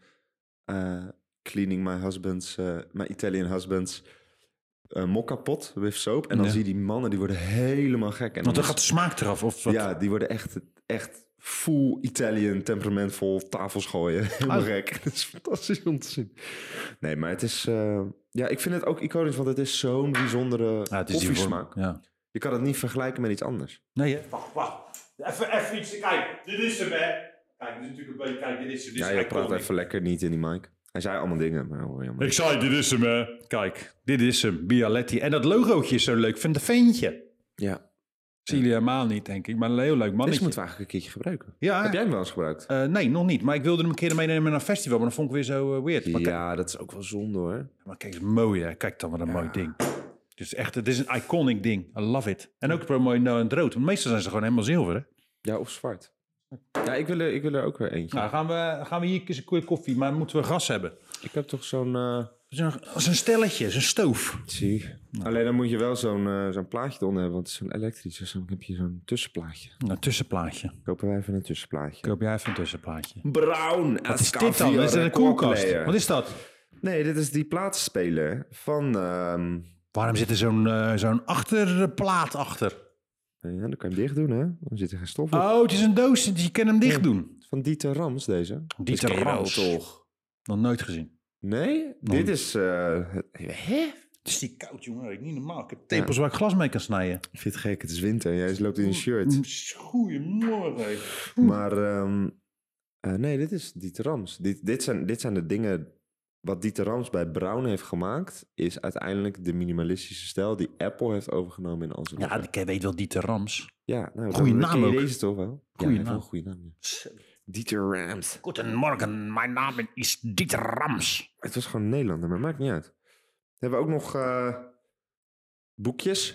Uh, cleaning my husband's... Uh, my Italian husband's uh, mocca pot with soap. En dan Ja. zie je die mannen, die worden helemaal gek. En Want dan is- gaat de smaak eraf. Of wat? Ja, die worden echt, echt full Italian temperamentvol tafels gooien. Helemaal Oh. gek. Het is fantastisch om te zien. Nee, maar het is... Uh, ja, ik vind het ook iconisch, want het is zo'n bijzondere Ja, het is die koffiesmaak. vorm. Ja. Je kan het niet vergelijken met iets anders. Nee, hè? Wacht, wacht. Even, even iets. Kijk, dit is hem, hè. Kijk, dit is natuurlijk een beetje... Kijk, dit is hem. Dit Ja, is je praat iconic. even lekker niet in die mic. Hij zei allemaal dingen, maar hoor je helemaal Ik niet. zei, dit is hem, hè. Kijk, dit is hem. Bialetti. En dat logootje is zo leuk. Ik vind het een ventje. Ja, Zie jullie helemaal niet, denk ik. Maar een heel leuk deze mannetje. moeten we eigenlijk een keertje gebruiken. Ja, Heb jij hem wel eens gebruikt? eh, nee, nog niet. Maar ik wilde hem een keer meenemen naar een festival. Maar dat vond ik weer zo eh, weird. Maar, kijk, Ja, dat is ook wel zonde hoor. maar kijk, het is mooi, hè. Kijk dan, wat een mooi ding. Het is echt, het is een iconic ding. I love it. En ook wel mooi nou in het rood. Want meestal zijn ze gewoon helemaal zilver, hè. Ja, of zwart. Ja, ik wil er, ik wil er ook weer eentje. Nou, gaan we, gaan we hier eens een koe koffie. Maar moeten we gas hebben? Ik heb toch zo'n... uh, Zo'n zo'n stelletje, zo'n stoof. Zie. Alleen dan moet je wel zo'n uh, zo'n plaatje eronder hebben, want het is zo'n elektrische. Dus dan heb je zo'n tussenplaatje. Een tussenplaatje. Kopen wij even een tussenplaatje. Koop jij even een tussenplaatje. Brown. Wat is dit dan? Is dat een koelkast? Wat is dat? Nee, dit is die plaatspeler van... Uh, Waarom zit er zo'n uh, zo'n achterplaat achter? ja, dan kan je hem dicht doen, hè? Dan zit er geen stof op. Oh, het is een doos. Je kan hem dicht Ja. doen. Van Dieter Rams, deze. Dieter Dit ken je wel, Rams. toch? Nog nooit gezien. Nee? Dit is... Uh, hè? Het is die koud, jongen. Ik niet normaal. Ik heb tepels waar ik glas mee kan snijden. Ik vind het gek, het is winter. Jij loopt in een shirt. Goeiemorgen. Maar um, uh, nee, dit is Dieter Rams. Dit, dit, zijn, dit zijn de dingen... Wat Dieter Rams bij Brown heeft gemaakt... is uiteindelijk de minimalistische stijl... die Apple heeft overgenomen in al zijn... Ja, ik weet wel Dieter Rams. ja nou, Goeie dan naam ken je ook. deze toch wel? Goeie ja, hij heeft naam. wel een goede naam. Ja. Dieter Rams. Goedemorgen, mijn naam is Dieter Rams. Het was gewoon een Nederlander, maar maakt niet uit. We hebben ook nog uh, boekjes.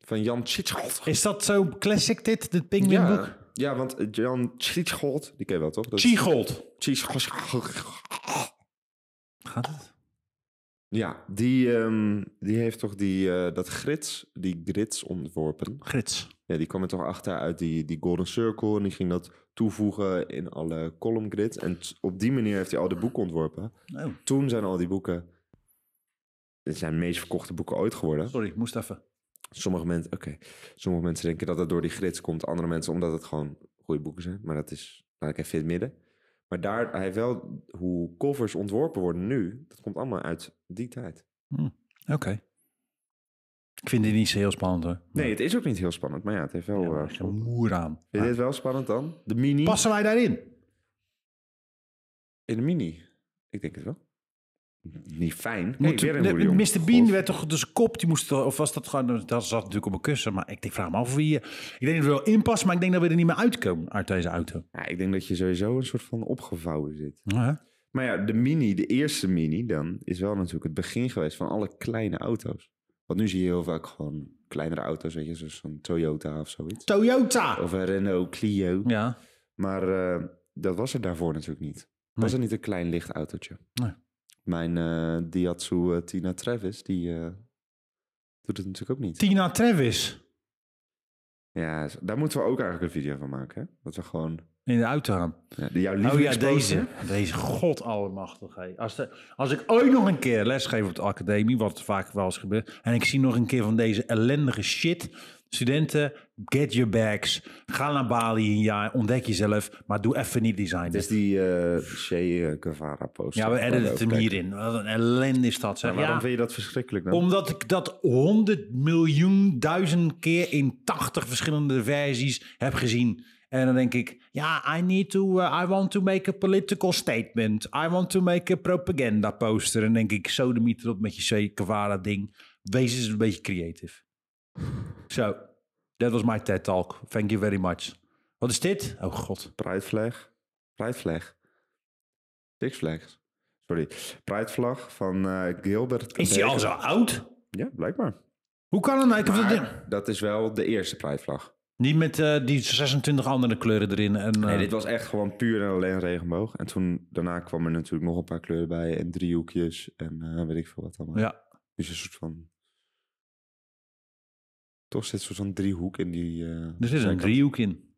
Van Jan Tjitschgold. Is dat zo classic dit, dit pinguïnboek? Ja, ja, want Jan Tjitschgold, die ken je wel toch? Tjitschgold. Tjitschgold. Gaat het? Ja, die, um, die heeft toch die, uh, dat grids, die grids ontworpen. Grits. Ja, die kwam er toch achter uit die, die Golden Circle. En die ging dat toevoegen in alle column grids. En t- op die manier heeft hij al de boeken ontworpen. Oh. Toen zijn al die boeken... Dit zijn de meest verkochte boeken ooit geworden. Sorry, ik moest even. Sommige mensen, oké. Okay. Sommige mensen denken dat het door die grids komt. Andere mensen omdat het gewoon goede boeken zijn. Maar dat is, laat ik even in het midden. Maar daar, hij heeft wel, hoe covers ontworpen worden nu, dat komt allemaal uit die tijd. Hm, Oké. Okay. Ik vind dit niet zo heel spannend hoor. Nee, het is ook niet heel spannend. Maar ja, het heeft wel... Ja, uh, een moer aan. Vind je ja. dit wel spannend dan? De mini? Passen wij daarin? In de mini? Ik denk het wel. Niet fijn. Moet, Kijk, weer een de, miljoen. mister Bean die werd toch dus kop, die moest of was dat gewoon, dat zat natuurlijk op een kussen, maar ik, ik vraag me af of wie. Ik denk dat we wel inpassen, maar ik denk dat we er niet meer uitkomen uit deze auto. Ja, ik denk dat je sowieso een soort van opgevouwen zit. Ja. Maar ja, de mini, de eerste mini dan, is wel natuurlijk het begin geweest van alle kleine auto's. Want nu zie je heel vaak gewoon kleinere auto's, weet je, zoals een Toyota of zoiets. Toyota! Of een Renault Clio. Ja. Maar uh, dat was er daarvoor natuurlijk niet. Nee. Was er niet een klein licht autootje. Nee. Mijn uh, Daihatsu uh, Tina Travis, die uh, doet het natuurlijk ook niet. Tina Travis? Ja, daar moeten we ook eigenlijk een video van maken. Hè? Dat we gewoon... In de auto gaan. Ja, die jouw oh ja, deze. Poster. Deze, god allemachtig. Hey. Als, de, als ik ooit nog een keer lesgeef op de academie, wat vaak wel eens gebeurt, en ik zie nog een keer van deze ellendige shit. Studenten, get your bags. Ga naar Bali een jaar, ontdek jezelf, maar doe even niet design. Het is die uh, Che Guevara poster. Ja, we editen het hem hierin. Wat een ellende is dat. Zeg. Maar waarom ja, vind je dat verschrikkelijk dan? Omdat ik dat honderd miljoen duizend keer in tachtig verschillende versies heb gezien. En dan denk ik, ja, I need to, uh, I want to make a political statement. I want to make a propaganda poster. En dan denk ik, zo de mieter op met je Che Guevara ding. Wees eens een beetje creative. Zo, so, that was my TED Talk. Thank you very much. Wat is dit? Oh god. Pride flag. Pride flag. Six Flags. Sorry. Pride vlag van uh, Gilbert. Is die al zo oud? Ja, blijkbaar. Hoe kan het nou? Ik heb dat, ding... dat is wel de eerste Pride vlag. Niet met uh, die zesentwintig andere kleuren erin. En, uh... Nee, dit was echt gewoon puur en alleen regenboog. En toen, daarna kwam er natuurlijk nog een paar kleuren bij. En driehoekjes en uh, weet ik veel wat allemaal. Ja. Dus een soort van... Toch zit zo'n soort driehoek in die... Uh, er zit een driehoek in.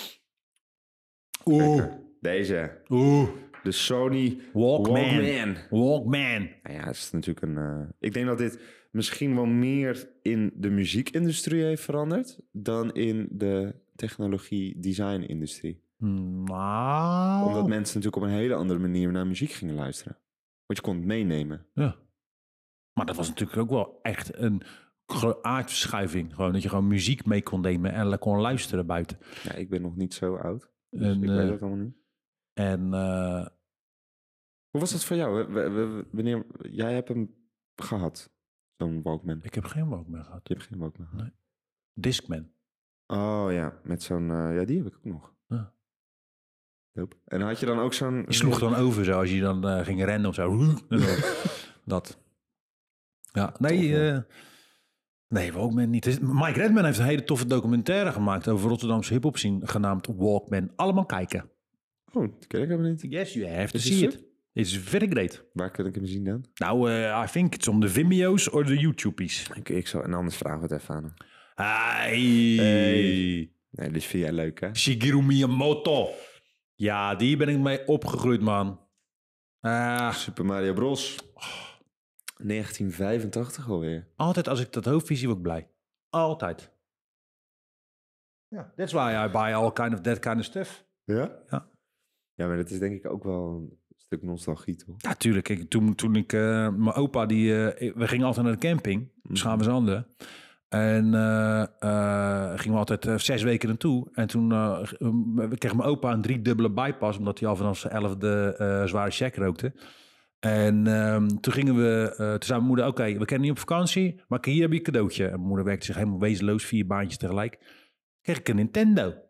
Oeh. Deze. Oeh. De Sony Walkman. Walkman. Walkman. Nou ja, het is natuurlijk een... Uh, ik denk dat dit misschien wel meer in de muziekindustrie heeft veranderd... dan in de technologie-design-industrie. Nou... Omdat mensen natuurlijk op een hele andere manier naar muziek gingen luisteren. Want je kon het meenemen. Ja. Maar dat was natuurlijk ook wel echt een aardverschuiving. Gewoon dat je gewoon muziek mee kon nemen en kon luisteren buiten. Ja, ik ben nog niet zo oud. Dus en, ik uh, weet dat allemaal niet. En... Uh, Hoe was dat voor jou? W- w- wanneer, jij hebt hem gehad, zo'n Walkman. Ik heb geen Walkman gehad. Je hebt geen Walkman gehad? Nee. Discman. Oh ja, met zo'n... Uh, ja, die heb ik ook nog. Ja. Dope. En had je dan ook zo'n... Je sloeg dan over zo als je dan uh, ging rennen of zo. Dat. Ja, nee... Uh, nee, Walkman niet. Mike Redman heeft een hele toffe documentaire gemaakt over Rotterdamse hip-hop scene, genaamd Walkman. Allemaal kijken. Oh, dat ken ik helemaal niet. Yes, you have to see it. It's very great. Waar kan ik hem zien dan? Nou, uh, I think it's on the Vimeo's or the YouTube's. Ik, ik zal, en anders vragen we het even aan hem. Hey. hey. Nee, dit vind jij leuk, hè? Shigeru Miyamoto. Ja, die ben ik mee opgegroeid, man. Uh, Super Mario Bros. Oh. negentien vijfentachtig alweer. Altijd als ik dat hoofd zie, word ik blij. Altijd. Ja, that's why I buy all kind of that kind of stuff. Ja? Ja. Ja, maar dat is denk ik ook wel een stuk nostalgie, toch? Ja, tuurlijk. Ik, toen, toen ik... Uh, mijn opa, die... Uh, we gingen altijd naar de camping. Mm. Schavenzanden. En uh, uh, gingen we altijd uh, zes weken naartoe. En toen uh, kreeg mijn opa een driedubbele bypass, omdat hij al vanaf zijn elfde uh, zware check rookte. En um, toen gingen we, uh, toen zei mijn moeder, oké, okay, we kennen niet op vakantie, maar hier heb je een cadeautje. En mijn moeder werkte zich helemaal wezenloos, vier baantjes tegelijk. Kreeg ik een Nintendo.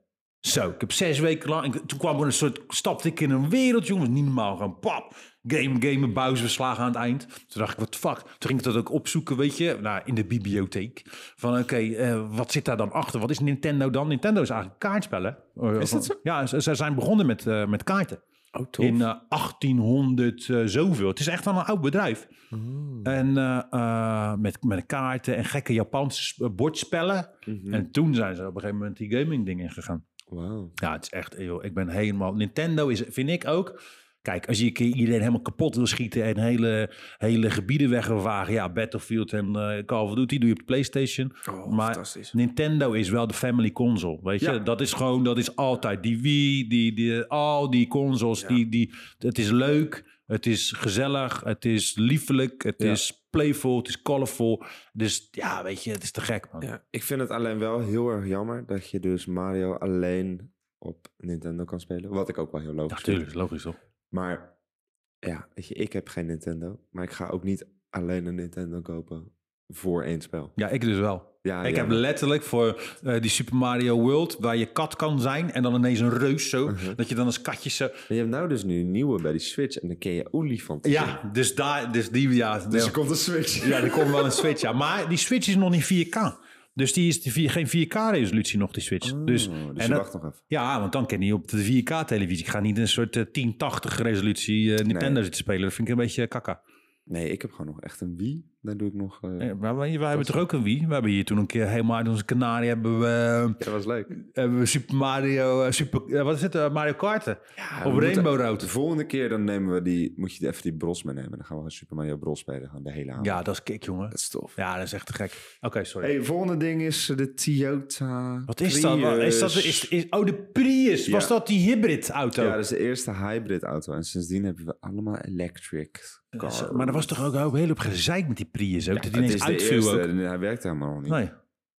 Zo, ik heb zes weken lang... Ik, toen kwam er een soort... Stapte ik in een wereld, jongens. Niet normaal. Gewoon pap. Game, game, Bowser slagen aan het eind. Toen dacht ik, wat fuck. Toen ging ik dat ook opzoeken, weet je. Nou, in de bibliotheek. Van oké, okay, uh, wat zit daar dan achter? Wat is Nintendo dan? Nintendo is eigenlijk kaartspellen. Is dat zo? Ja, ze, ze zijn begonnen met, uh, met kaarten. Oh, tof. In uh, achttienhonderd uh, zoveel. Het is echt wel een oud bedrijf. Mm. En uh, uh, met, met kaarten en gekke Japanse bordspellen. Mm-hmm. En toen zijn ze op een gegeven moment die gaming dingen ingegaan. Wow. Ja, het is echt, joh, ik ben helemaal... Nintendo is, vind ik ook... Kijk, als je iedereen helemaal kapot wil schieten en hele, hele gebieden weg wil vagen... Ja, Battlefield en uh, Call of Duty doe je op de PlayStation. Oh, maar fantastisch. Nintendo is wel de family console, weet je? Ja. Dat is gewoon, dat is altijd die Wii, die, die, al die consoles. Ja. Die, die, het is leuk, het is gezellig, het is liefelijk, het ja. is playful, het is colorful. Dus ja, weet je, het is te gek, man. Ja, ik vind het alleen wel heel erg jammer dat je dus Mario alleen op Nintendo kan spelen. Wat ik ook wel heel logisch vind. Natuurlijk, logisch toch? Maar ja, weet je, ik heb geen Nintendo. Maar ik ga ook niet alleen een Nintendo kopen voor één spel. Ja, ik dus wel. Ja, ik ja, heb maar... letterlijk voor uh, die Super Mario World... waar je kat kan zijn en dan ineens een reus zo... Uh-huh. Dat je dan als katje zo... Maar je hebt nou dus nu een nieuwe bij die Switch... en dan ken je olifant. Ja, dus, daar, dus die... Ja, dus er komt een Switch. Ja, er komt wel een Switch, ja. Maar die Switch is nog niet vier K. Dus die is die vier, geen vier K-resolutie nog, die Switch. Oh, dus dus en je dat, wacht nog even. Ja, want dan kan je op de vier K-televisie. Ik ga niet een soort uh, tien tachtig resolutie uh, Nintendo nee. zitten spelen. Dat vind ik een beetje kakka. Nee, ik heb gewoon nog echt een Wii. Daar doe ik nog... Uh, ja, maar wij, wij hebben toch ook een Wii? We hebben hier toen een keer helemaal uit onze kanarie... hebben we... Uh, ja, dat was leuk. Hebben we Super Mario... Uh, super, uh, wat is het? Uh, Mario Karten. Ja, op Rainbow Road. De volgende keer dan nemen we die... Moet je even die Bros meenemen. Dan gaan we Super Mario Bros spelen. Gaan de hele avond. Ja, dat is kick, jongen. Dat is tof. Ja, dat is echt te gek. Oké, okay, sorry. Hey, volgende ding is de Toyota Wat is dat? Wat, is dat is, is, oh, de Prius. Ja. Was dat die hybrid auto? Ja, dat is de eerste hybrid auto. En sindsdien hebben we allemaal electric cars. Maar er was toch ook, ook heel op gezeik met die Prius. Ook, ja, dat die ineens uitviel ook. Hij werkte helemaal nog niet. Nee.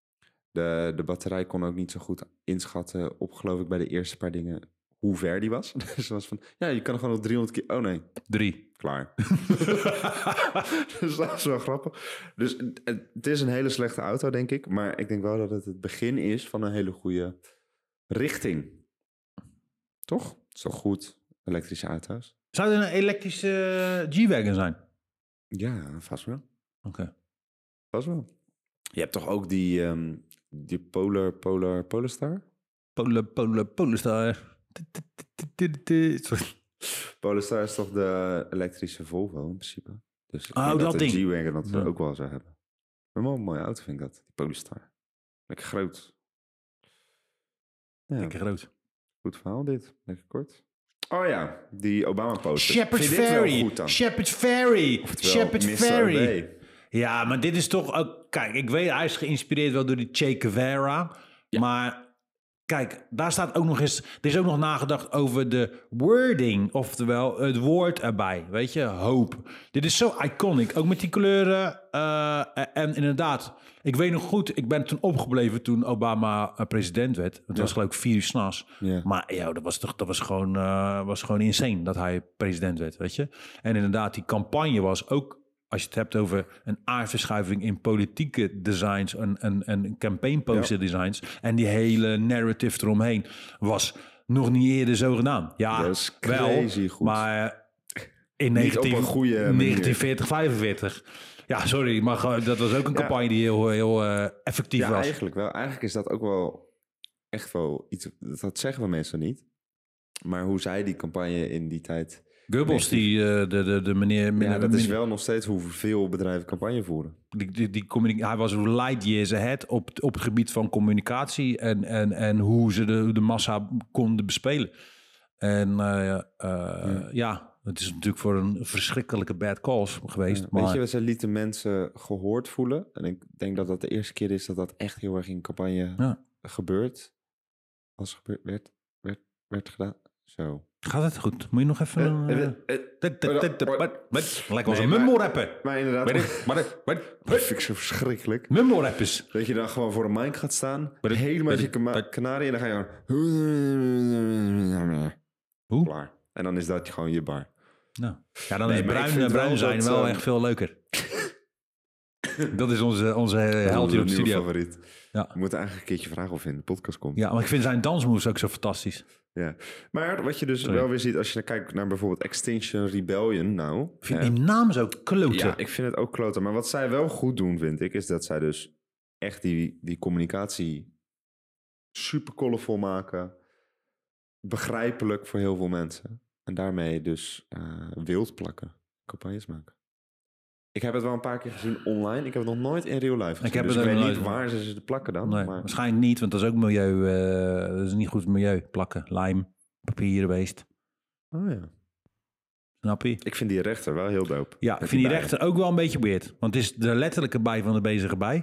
De, de batterij kon ook niet zo goed inschatten op, geloof ik, bij de eerste paar dingen hoe ver die was. Dus was van, ja, je kan er gewoon nog driehonderd keer... Oh nee. Drie. Klaar. Dus dat is wel grappig. Dus het, het is een hele slechte auto, denk ik. Maar ik denk wel dat het het begin is van een hele goede richting. Toch? Dat is toch goed, elektrische auto's. Zou er een elektrische G-Wagon zijn? Ja, vast wel. Oké. Okay. Vast wel. Je hebt toch ook die, um, die Polar, Polar, Polestar? Polar, Polar, Polestar. Polestar is toch de elektrische Volvo in principe. Dus ik oh, denk dat, dat ding. de G-Wagon dat ja. ook wel zou hebben. Maar wel een mooie auto vind ik dat, die Polestar. Lekker groot. Ja. Lekker groot. Goed verhaal dit, lekker kort. Oh ja, die Obama-poster. Shepherd's Ferry. Shepherd's Ferry. Shepherd's Ferry. Ja, maar dit is toch ook... Kijk, ik weet, hij is geïnspireerd wel door die Che Guevara. Ja. Maar kijk, daar staat ook nog eens... Er is ook nog nagedacht over de wording. Oftewel, het woord erbij. Weet je, hoop. Dit is zo iconic. Ook met die kleuren. Uh, en inderdaad, ik weet nog goed... Ik ben toen opgebleven toen Obama uh, president werd. Het ja. was geloof ik vier uur 's nachts. Ja. Maar ja, dat was toch dat was gewoon, uh, was gewoon insane dat hij president werd, weet je. En inderdaad, die campagne was ook... Als je het hebt over een aardverschuiving in politieke designs en, en, en campaign poster ja. designs en die hele narrative eromheen was nog niet eerder zo gedaan. Ja, dat is crazy wel, goed. Maar in negentien veertig, vijfenveertig Ja, sorry, maar dat was ook een campagne ja. die heel, heel uh, effectief ja, was. Ja, eigenlijk wel. Eigenlijk is dat ook wel echt wel iets, dat zeggen we mensen niet. Maar hoe zij die campagne in die tijd... Goebbels, die, uh, de, de, de meneer... meneer ja, dat is wel nog steeds hoeveel bedrijven campagne voeren. Die, die, die communica- hij was light years ahead op, op het gebied van communicatie... en, en, en hoe ze de, de massa konden bespelen. En uh, uh, ja. ja, het is natuurlijk voor een verschrikkelijke bad calls geweest. Ja, maar... Weet je, ze lieten mensen gehoord voelen. En ik denk dat dat de eerste keer is dat dat echt heel erg in campagne ja. gebeurt. Als gebeurd werd, werd, werd gedaan. Zo. Gaat het goed? Moet je nog even... Uh, uh, uh, Lijkt wel eens een mumble-rapper. Maar inderdaad... Dat vind ik zo verschrikkelijk. Mumble-rappers. Dat je dan gewoon voor een mic gaat staan. Helemaal als je kanarie. En dan ga je gewoon... Hoe? Klaar. En dan is dat gewoon je bar. Nou. Ja, dan nee, is bruin, bruin zijn wel, wel echt veel leuker. Dat is onze, onze held hier op de nieuwe studio. favoriet. Ja. We moeten eigenlijk een keertje vragen of hij in de podcast komt. Ja, maar ik vind zijn dansmoves ook zo fantastisch. Ja. Maar wat je dus Sorry. wel weer ziet als je kijkt naar bijvoorbeeld Extinction Rebellion nou. Ik vind hè. die naam zo kloten. Ja, ik vind het ook kloten. Maar wat zij wel goed doen, vind ik, is dat zij dus echt die, die communicatie super colorful maken. Begrijpelijk voor heel veel mensen. En daarmee dus uh, wild plakken. Campagnes maken. Ik heb het wel een paar keer gezien online. Ik heb het nog nooit in real life gezien. Ik heb dus het ik ook weet nooit- niet waar ze ze plakken dan. Nee, maar... waarschijnlijk niet, want dat is ook milieu. eh, dat is niet goed milieu. Plakken, lijm, papieren beest. Oh ja. Snap je? Ik vind die rechter wel heel dope. Ja, ik Met vind die bijen. rechter ook wel een beetje weird. Want het is de letterlijke bij van de bezige bij.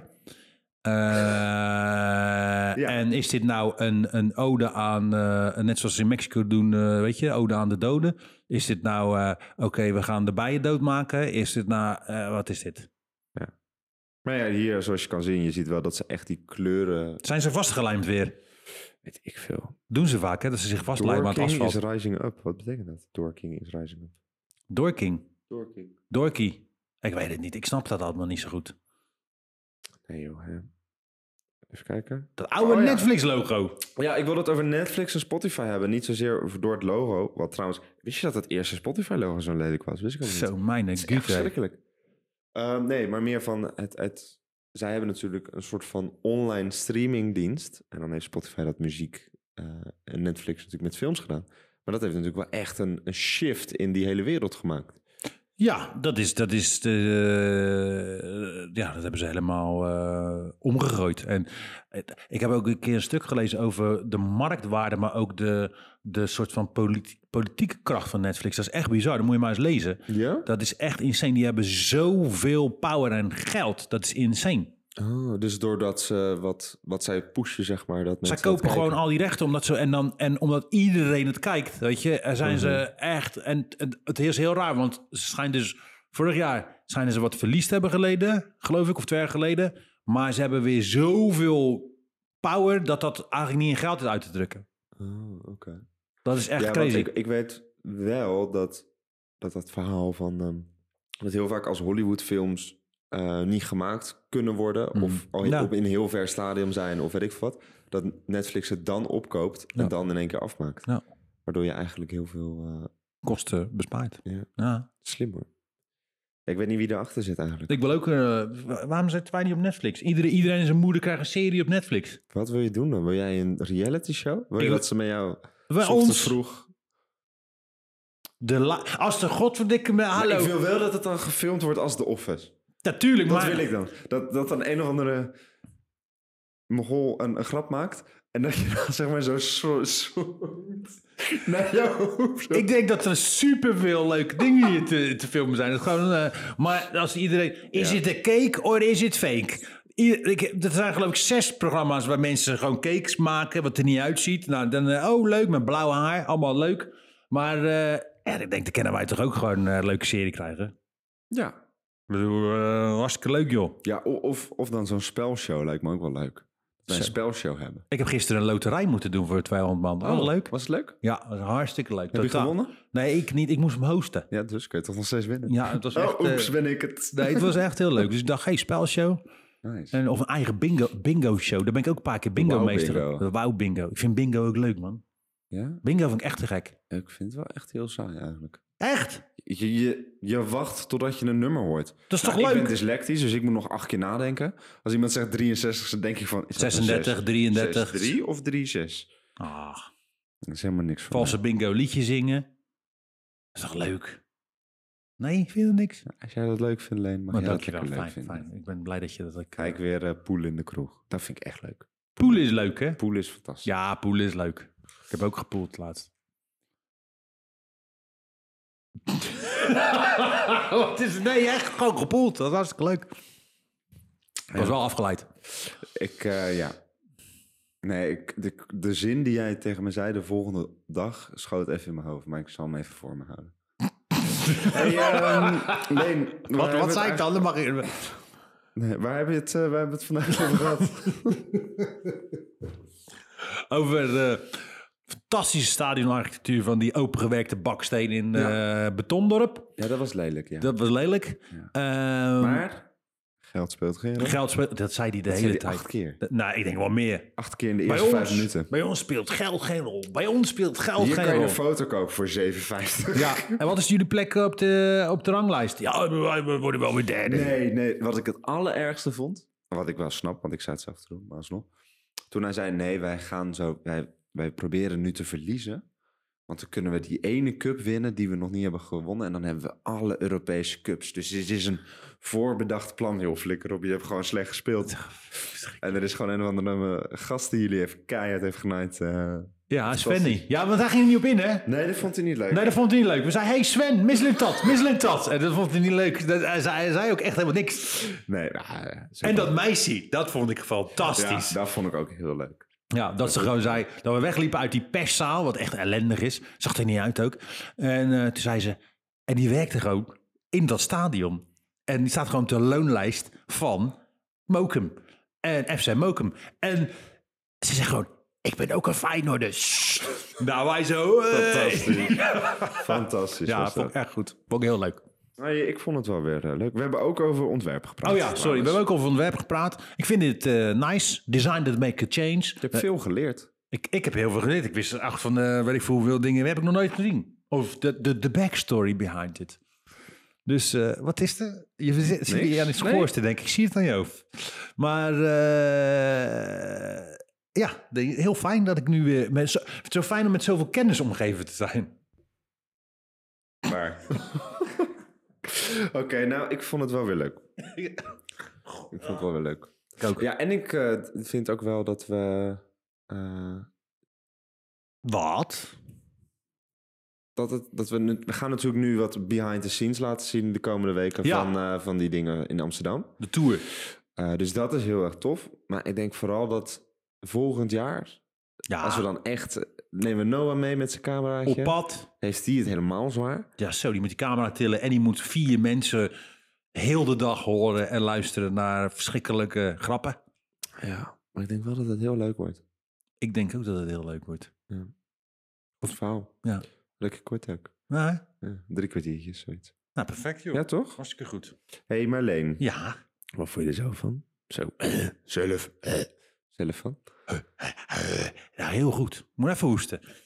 Uh, En is dit nou een, een ode aan, uh, net zoals ze in Mexico doen, uh, weet je, ode aan de doden? Is dit nou, uh, oké, okay, we gaan de bijen doodmaken? Is dit nou, uh, wat is dit? Ja. Maar ja, hier, zoals je kan zien, je ziet wel dat ze echt die kleuren... Zijn ze vastgelijmd weer? Weet ik veel. Doen ze vaak, hè, dat ze zich vastlijmen aan het Dorking asfalt. is rising up. Wat betekent dat? Dorking is rising up. Dorking. Dorking. Dorky. Ik weet het niet, ik snap dat allemaal niet zo goed. Nee joh, hè. Even kijken. Dat oude Oh, ja. Netflix-logo. Ja, ik wil het over Netflix en Spotify hebben. Niet zozeer over door het logo. Wat trouwens, wist je dat het eerste Spotify-logo zo lelijk was? Wist ik ook niet. Zo, mijn Het is echt gute. verschrikkelijk. Uh, nee, maar meer van het, het... Zij hebben natuurlijk een soort van online streamingdienst. En dan heeft Spotify dat muziek uh, en Netflix natuurlijk met films gedaan. Maar dat heeft natuurlijk wel echt een, een shift in die hele wereld gemaakt. Ja, dat is, dat is de, uh, ja, dat hebben ze helemaal uh, omgegooid. En uh, ik heb ook een keer een stuk gelezen over de marktwaarde, maar ook de, de soort van politi- politieke kracht van Netflix. Dat is echt bizar, dat moet je maar eens lezen. Ja? Dat is echt insane. Die hebben zoveel power en geld, dat is insane. Oh, dus doordat ze wat, wat zij pushen, zeg maar. Dat Zij kopen gewoon al die rechten, omdat ze, en, dan, en omdat iedereen het kijkt, weet je, er zijn mm-hmm. ze echt, en, en het is heel raar, want ze schijnen dus, vorig jaar schijnen ze wat verlies te hebben geleden, geloof ik, of twee jaar geleden, maar ze hebben weer zoveel power, dat dat eigenlijk niet in geld is uit te drukken. Oh, oké. Okay. Dat is echt ja, crazy. Ik, ik weet wel dat dat, dat verhaal van, um, dat heel vaak als Hollywoodfilms Uh, niet gemaakt kunnen worden. Mm. Of al ja. op in een heel ver stadium zijn. Of weet ik wat. Dat Netflix het dan opkoopt. Ja. En dan in één keer afmaakt. Ja. Waardoor je eigenlijk heel veel... Uh... kosten bespaart. Ja. ja. Slim hoor. Ik weet niet wie erachter zit eigenlijk. Ik wil ook... Uh, waarom zitten wij niet op Netflix? Iedereen, iedereen en zijn moeder krijgt een serie op Netflix. Wat wil je doen dan? Wil jij een reality show? Wil je ik dat ze met jou... Bij ons... vroeg... De la- als de godverdikke me... Hallo. Maar ik wil wel dat het dan gefilmd wordt als The Office. Natuurlijk, dat maar... wil ik dan. Dat, dat dan een of andere Mogol een, een grap maakt. En dat je dan zeg maar zo... zo, zo naar jou... Ik denk dat er superveel leuke dingen hier te, te filmen zijn. Dat gewoon, uh, maar als iedereen... Is ja. het een cake of is het fake? Ieder, ik, er zijn geloof ik zes programma's waar mensen gewoon cakes maken... wat er niet uitziet. Nou, dan... Uh, oh, leuk, met blauw haar. Allemaal leuk. Maar uh, ja, ik denk, dan kunnen wij toch ook gewoon een uh, leuke serie krijgen? Ja. Ik bedoel, uh, hartstikke leuk, joh. Ja, of, of dan zo'n spelshow lijkt me ook wel leuk. Een spelshow hebben. Ik heb gisteren een loterij moeten doen voor tweehonderd man. Oh, oh leuk. Was het leuk? Ja, was hartstikke leuk. Heb Totaal. je gewonnen? Nee, ik niet. Ik moest hem hosten. Ja, dus kun je toch nog steeds winnen? Ja, het was oh, echt... oeps, uh, ben ik het. Nee, het was echt heel leuk. Dus ik dacht, hey, spelshow. Nice. En, of een eigen bingo, bingo show. Daar ben ik ook een paar keer bingo wow, meester. Bingo. De wauw bingo. Ik vind bingo ook leuk, man. Ja? Bingo vind ik echt te gek. Ik vind het wel echt heel saai eigenlijk. Echt? Je, je, je wacht totdat je een nummer hoort. Dat is nou, toch leuk? Ik ben dyslectisch, dus ik moet nog acht keer nadenken. Als iemand zegt drieënzestig, dan denk ik van... Is zesendertig, drieëndertig. drie of drie zes? Ah. Dat is helemaal niks voor Valse mij. Bingo liedje zingen. Dat is toch leuk? Nee, vind je dat niks? Als jij dat leuk vindt, Leen, mag maar jij dank dat je wel. leuk Fijn, vinden. fijn. Ik ben blij dat je dat... Ik, Kijk weer uh, poelen in de kroeg. Dat vind ik echt leuk. Poelen is leuk, hè? Poelen is fantastisch. Ja, poelen is leuk. Ik heb ook gepoeld laatst. Wat is het? Nee, echt gewoon gepoeld. Dat was hartstikke leuk. Ik was ja. wel afgeleid. Ik, uh, ja. Nee, ik, de, de zin die jij tegen me zei de volgende dag schoot even in mijn hoofd. Maar ik zal hem even voor me houden. hey, um, Leen, wat wat zei ik dan? dan mag ik... nee, waar heb je het, uh, waar hebben we het vandaag over gehad? over de fantastische stadionarchitectuur van die opengewerkte baksteen in ja. uh, Betondorp. Ja, dat was lelijk, ja. Dat was lelijk. Ja. Um, maar Geld speelt geen rol. Geld speelt, dat zei hij de Dat hele zei hij tijd. acht keer. Dat- Nou, ik denk wel meer. Acht keer in de Bij eerste vijf ons, minuten. bij ons speelt geld geen rol. Bij ons speelt geld Hier geen kan je rol. een foto kopen voor zeven vijftig. Ja, en wat is jullie plek op de, op de ranglijst? Ja, we we worden wel weer derde. Nee, nee. Wat ik het allerergste vond, wat ik wel snap, want ik zei het zelf te doen, maar alsnog. Toen hij zei, nee, wij gaan zo, wij, wij proberen nu te verliezen. Want dan kunnen we die ene cup winnen die we nog niet hebben gewonnen. En dan hebben we alle Europese cups. Dus dit is een voorbedacht plan, heel flikker op. Je hebt gewoon slecht gespeeld. En er is gewoon een of andere gast die jullie even keihard heeft genaaid. Uh, Ja, Svenny. Ja, want daar ging hij niet op in, hè? nee, dat vond hij niet leuk. Nee, dat vond hij niet leuk. We zeiden, hey Sven, mislukt dat, mislukt dat. En dat vond hij niet leuk. Dat, hij, zei, hij zei ook echt helemaal niks. Nee, nou, ja, zo En wel. dat meisje, dat vond ik fantastisch. Ja, dat vond ik ook heel leuk. Ja, dat ze gewoon zei dat we wegliepen uit die perszaal, wat echt ellendig is. Zag er niet uit ook. En uh, toen zei ze, en die werkte gewoon in dat stadion. En die staat gewoon op de loonlijst van Mokum. En F C Mokum. En ze zegt gewoon, ik ben ook een Feyenoorder. Shh. Nou, wij zo... Uh, Fantastisch. Fantastisch. ja, was vond ik dat. echt goed. Vond ik heel leuk. Nee, ik vond het wel weer uh, leuk. We hebben ook over ontwerpen gepraat. Oh ja, sorry. We trouwens. hebben ook over ontwerp gepraat. Ik vind dit uh, nice. Design that make a change. Je hebt veel geleerd. Ik, ik heb heel veel geleerd. Ik wist echt van, uh, weet ik veel hoeveel dingen heb ik nog nooit gezien. Of de, de, de backstory behind it. Dus uh, wat is er? Je zit je aan het schoorste, denk ik. Ik zie het aan je hoofd. Maar uh, ja, de, heel fijn dat ik nu weer... Met zo, het is zo fijn om met zoveel kennis omgeven te zijn. Maar... Oké, okay, nou, ik vond het wel weer leuk. Ik vond het wel weer leuk. Ik ook. Ja, en ik uh, vind ook wel dat we... Uh, Wat? Dat, het, dat we, nu, we gaan natuurlijk nu wat behind the scenes laten zien de komende weken ja. van, uh, van die dingen in Amsterdam. De tour. Uh, dus dat is heel erg tof. Maar ik denk vooral dat volgend jaar, ja. als we dan echt... Nemen we Noah mee met zijn cameraatje. Op pad. Heeft hij het helemaal zwaar? Ja, zo. Die moet die camera tillen en die moet vier mensen heel de dag horen en luisteren naar verschrikkelijke grappen. Ja, maar ik denk wel dat het heel leuk wordt. Ik denk ook dat het heel leuk wordt. Ja. Goed verhaal. Ja. Lekker kort ook. Nou, ja, drie kwartiertjes, zoiets. nou, perfect joh. Ja, toch? Hartstikke goed. Hé hey Marleen. Ja. Wat vond je er zo van? Zo. Zelf. Zelf van? Ja, heel goed. Moet even hoesten.